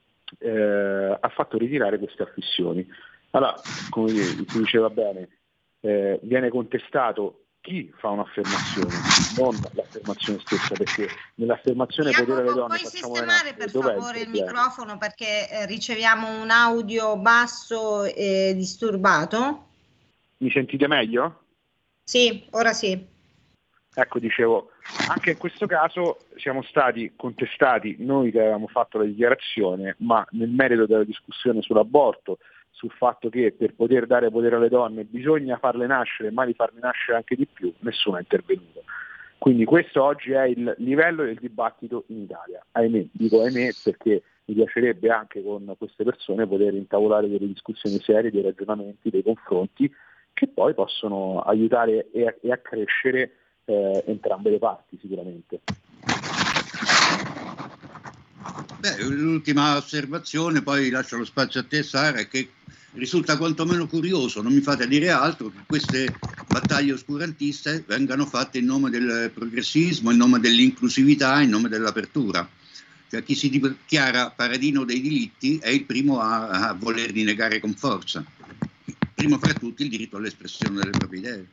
S12: Eh, ha fatto ritirare queste affissioni. Allora, come si diceva bene, eh, viene contestato chi fa un'affermazione, non l'affermazione stessa, perché nell'affermazione potere alle donne
S7: puoi
S12: facciamo
S7: sistemare per favore il microfono, perché eh, riceviamo un audio basso e disturbato.
S12: Mi sentite meglio?
S7: Sì, ora sì.
S12: Ecco, dicevo, anche in questo caso siamo stati contestati noi che avevamo fatto la dichiarazione, ma nel merito della discussione sull'aborto, sul fatto che per poter dare potere alle donne bisogna farle nascere, ma di farle nascere anche di più, nessuno è intervenuto. Quindi questo oggi è il livello del dibattito in Italia. Ahimè, dico ahimè perché mi piacerebbe anche con queste persone poter intavolare delle discussioni serie, dei ragionamenti, dei confronti che poi possono aiutare e, e accrescere Eh, entrambe le parti sicuramente.
S14: Beh, l'ultima osservazione, poi lascio lo spazio a te Sara, è che risulta quantomeno curioso, non mi fate dire altro, che queste battaglie oscurantiste vengano fatte in nome del progressismo, in nome dell'inclusività, in nome dell'apertura. Cioè chi si dichiara paladino dei diritti è il primo a, a volerli negare con forza. Primo fra tutti il diritto all'espressione delle proprie idee.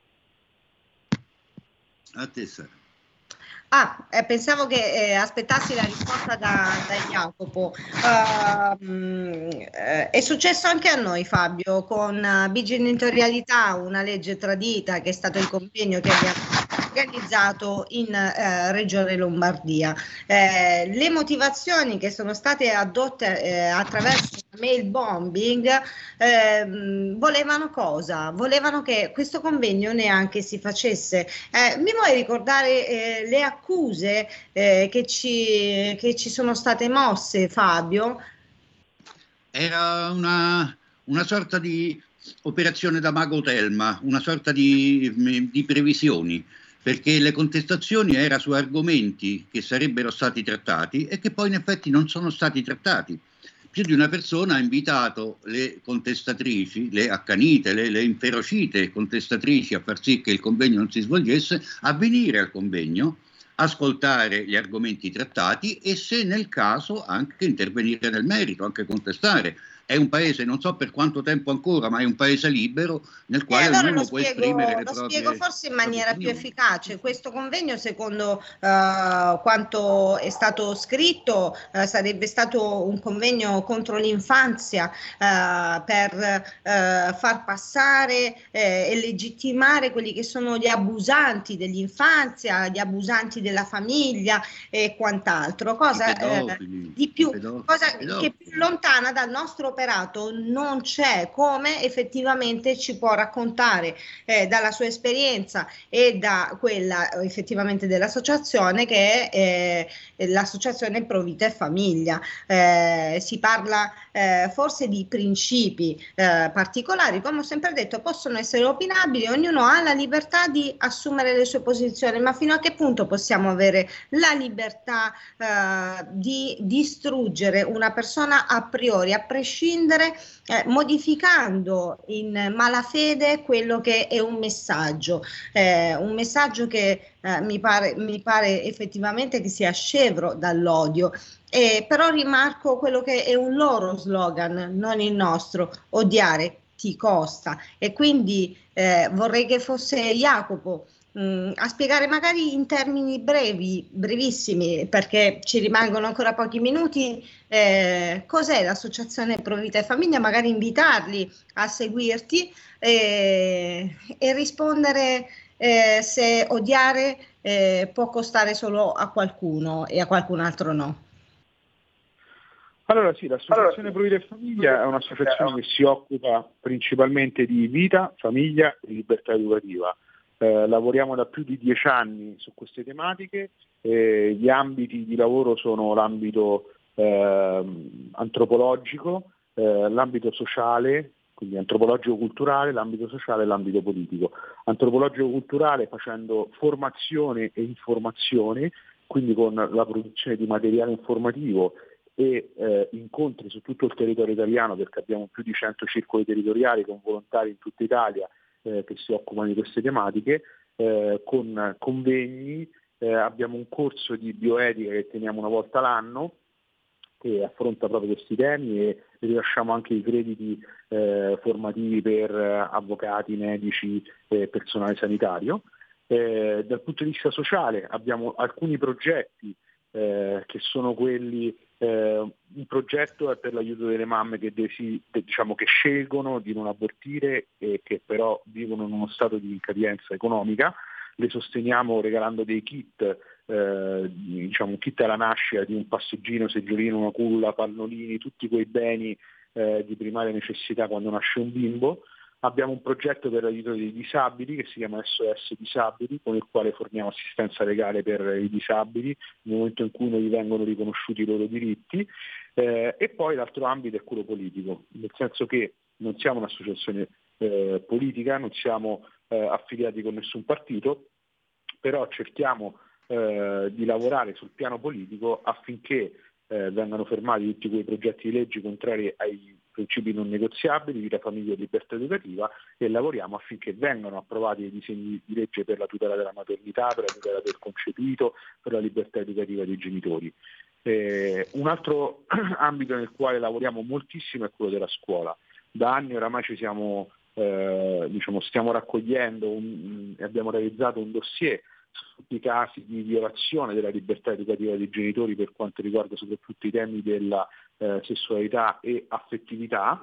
S14: A te, Sara.
S7: Ah, eh, pensavo che eh, aspettassi la risposta da, da Jacopo. Uh, mh, eh, è successo anche a noi, Fabio, con uh, bigenitorialità, una legge tradita, che è stato il convegno che abbiamo organizzato in eh, Regione Lombardia. Eh, le motivazioni che sono state adotte eh, attraverso il mail bombing eh, volevano cosa? Volevano che questo convegno neanche si facesse. Eh, mi vuoi ricordare eh, le accuse eh, che, ci, che ci sono state mosse, Fabio?
S14: Era una, una sorta di operazione da mago Telma, una sorta di, di previsioni, perché le contestazioni erano su argomenti che sarebbero stati trattati e che poi in effetti non sono stati trattati. Più di una persona ha invitato le contestatrici, le accanite, le, le inferocite contestatrici a far sì che il convegno non si svolgesse, a venire al convegno, ascoltare gli argomenti trattati e, se nel caso, anche intervenire nel merito, anche contestare. È un paese, non so per quanto tempo ancora, ma è un paese libero nel quale
S7: eh, allora
S14: ognuno
S7: lo
S14: può
S7: spiego,
S14: esprimere le
S7: lo
S14: proprie...
S7: spiego forse in maniera più efficace. Questo convegno, secondo uh, quanto è stato scritto, uh, sarebbe stato un convegno contro l'infanzia uh, per uh, far passare eh, e legittimare quelli che sono gli abusanti dell'infanzia, gli abusanti della famiglia e quant'altro. Cosa,
S14: pedofili,
S7: eh, di più,
S14: pedofili,
S7: cosa
S14: pedofili.
S7: che è più lontana dal nostro operato non c'è, come effettivamente ci può raccontare eh, dalla sua esperienza e da quella effettivamente dell'associazione, che è eh, l'associazione Pro Vita e Famiglia. Eh, si parla eh, forse di principi eh, particolari, come ho sempre detto, possono essere opinabili, ognuno ha la libertà di assumere le sue posizioni, ma fino a che punto possiamo avere la libertà eh, di distruggere una persona a priori, a prescindere, eh, modificando in malafede quello che è un messaggio, eh, un messaggio che eh, mi pare, mi pare effettivamente che sia scevro dall'odio. Eh, però rimarco quello che è un loro slogan, non il nostro: odiare ti costa. E quindi eh, vorrei che fosse Jacopo mh, a spiegare, magari in termini brevi, brevissimi, perché ci rimangono ancora pochi minuti, eh, cos'è l'associazione Pro Vita e Famiglia, magari invitarli a seguirti eh, e rispondere eh, se odiare eh, può costare solo a qualcuno e a qualcun altro no.
S12: Allora sì, l'associazione Pro Vita e Famiglia è un'associazione che si occupa principalmente di vita, famiglia e libertà educativa. Eh, lavoriamo da più di dieci anni su queste tematiche, eh, gli ambiti di lavoro sono l'ambito eh, antropologico, eh, l'ambito sociale, quindi antropologico-culturale, l'ambito sociale e l'ambito politico. Antropologico-culturale facendo formazione e informazione, quindi con la produzione di materiale informativo e eh, incontri su tutto il territorio italiano, perché abbiamo più di cento circoli territoriali con volontari in tutta Italia eh, che si occupano di queste tematiche, eh, con convegni, eh, abbiamo un corso di bioetica che teniamo una volta l'anno che affronta proprio questi temi, e rilasciamo anche i crediti eh, formativi per avvocati, medici e personale sanitario. Eh, dal punto di vista sociale abbiamo alcuni progetti eh, che sono quelli. Eh, un progetto è per l'aiuto delle mamme che, desi, diciamo, che scelgono di non abortire e che però vivono in uno stato di incapienza economica. Le sosteniamo regalando dei kit, eh, diciamo un kit alla nascita di un passeggino, seggiolino, una culla, pannolini, tutti quei beni eh, di primaria necessità quando nasce un bimbo. Abbiamo un progetto per l'aiuto dei disabili che si chiama S O S Disabili, con il quale forniamo assistenza legale per i disabili nel momento in cui non gli vengono riconosciuti i loro diritti. Eh, e poi l'altro ambito è quello politico, nel senso che non siamo un'associazione eh, politica, non siamo eh, affiliati con nessun partito, però cerchiamo eh, di lavorare sul piano politico affinché eh, vengano fermati tutti quei progetti di leggi contrari ai principi non negoziabili, vita, famiglia e libertà educativa, e lavoriamo affinché vengano approvati i disegni di legge per la tutela della maternità, per la tutela del concepito, per la libertà educativa dei genitori. Eh, un altro ambito nel quale lavoriamo moltissimo è quello della scuola. Da anni oramai ci siamo, eh, diciamo, stiamo raccogliendo e abbiamo realizzato un dossier su tutti i casi di violazione della libertà educativa dei genitori per quanto riguarda soprattutto i temi della eh, sessualità e affettività,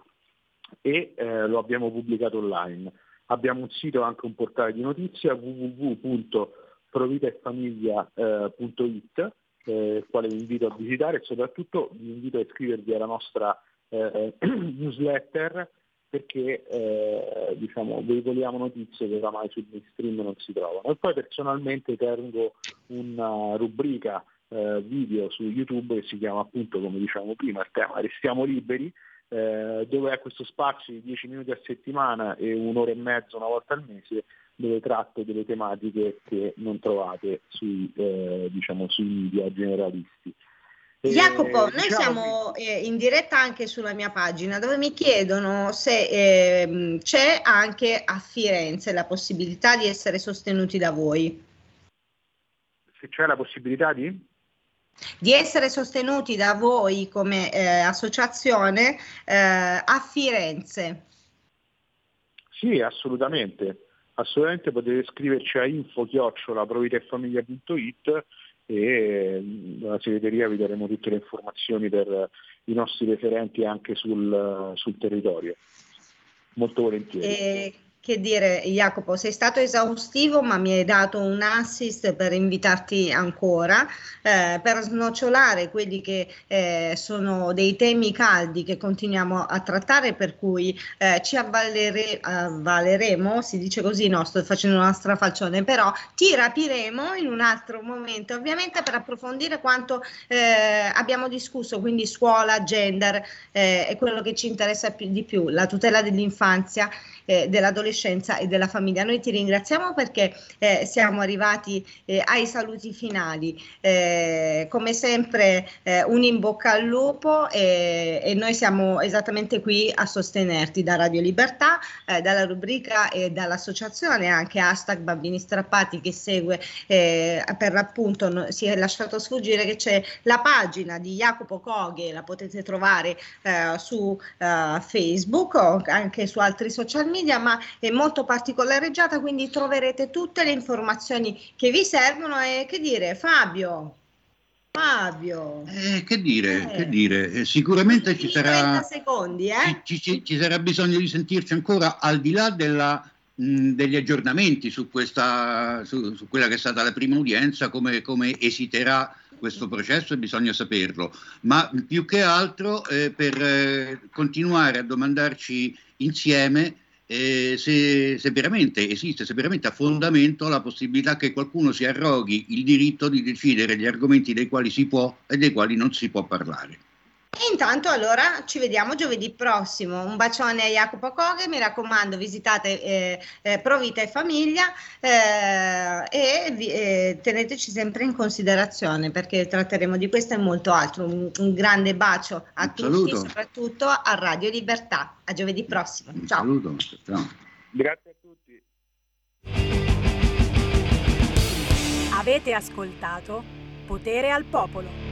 S12: e eh, lo abbiamo pubblicato online. Abbiamo un sito, anche un portale di notizia, w w w punto provitaefamiglia punto it, eh, il quale vi invito a visitare, e soprattutto vi invito a iscrivervi alla nostra eh, newsletter, perché eh, diciamo, veicoliamo notizie che oramai sul mainstream non si trovano. E poi personalmente tengo una rubrica eh, video su YouTube che si chiama, appunto, come dicevamo prima, il tema Restiamo Liberi, eh, dove è questo spazio di dieci minuti a settimana e un'ora e mezza una volta al mese, dove tratto delle tematiche che non trovate sui, eh, diciamo, sui media generalisti.
S7: Jacopo,
S12: Eh,
S7: noi
S12: diciamo
S7: siamo eh, in diretta anche sulla mia pagina, dove mi chiedono se eh, c'è anche a Firenze la possibilità di essere sostenuti da voi.
S12: Se c'è la possibilità di?
S7: Di essere sostenuti da voi come eh, associazione eh, a Firenze.
S12: Sì, assolutamente. Assolutamente potete scriverci a info chiocciola provitaefamiglia punto it e dalla segreteria vi daremo tutte le informazioni per i nostri referenti anche sul, sul territorio. Molto volentieri.
S7: E Che dire, Jacopo, sei stato esaustivo, ma mi hai dato un assist per invitarti ancora, eh, per snocciolare quelli che eh, sono dei temi caldi che continuiamo a trattare, per cui eh, ci avvalere, avvaleremo, si dice così, no, sto facendo una strafalcione, però ti rapiremo in un altro momento, ovviamente, per approfondire quanto eh, abbiamo discusso, quindi scuola, gender, eh, è quello che ci interessa più, di più, la tutela dell'infanzia, eh, dell'adolescenza e della famiglia. Noi ti ringraziamo perché eh, siamo arrivati eh, ai saluti finali, eh, come sempre eh, un in bocca al lupo, e, e noi siamo esattamente qui a sostenerti da Radio Libertà, eh, dalla rubrica e dall'associazione anche hashtag Bambini Strappati, che segue, eh, per l'appunto no, si è lasciato sfuggire che c'è la pagina di Jacopo Coghe, la potete trovare eh, su eh, Facebook o anche su altri social media, ma è molto particolareggiata, quindi troverete tutte le informazioni che vi servono. E che dire, Fabio? Fabio?
S14: Eh, che dire,
S7: eh.
S14: che dire. Eh, sicuramente ci sarà,
S7: trenta secondi, eh?
S14: ci, ci, ci sarà bisogno di sentirci ancora, al di là della, mh, degli aggiornamenti su, questa, su, su quella che è stata la prima udienza, come, come esiterà questo processo, bisogna saperlo, ma più che altro eh, per eh, continuare a domandarci insieme Eh, se, se veramente esiste, se veramente ha fondamento la possibilità che qualcuno si arroghi il diritto di decidere gli argomenti dei quali si può e dei quali non si può parlare.
S7: E intanto allora ci vediamo giovedì prossimo. Un bacione a Jacopo Coghe, mi raccomando, visitate eh, eh, Pro Vita e Famiglia eh, e vi, eh, teneteci sempre in considerazione, perché tratteremo di questo e molto altro. Un, un grande bacio a
S14: un
S7: tutti,
S14: saluto.
S7: soprattutto a Radio Libertà. A giovedì prossimo. Ciao.
S14: Un saluto. Ciao.
S8: Grazie a tutti.
S9: Avete ascoltato Potere al Popolo.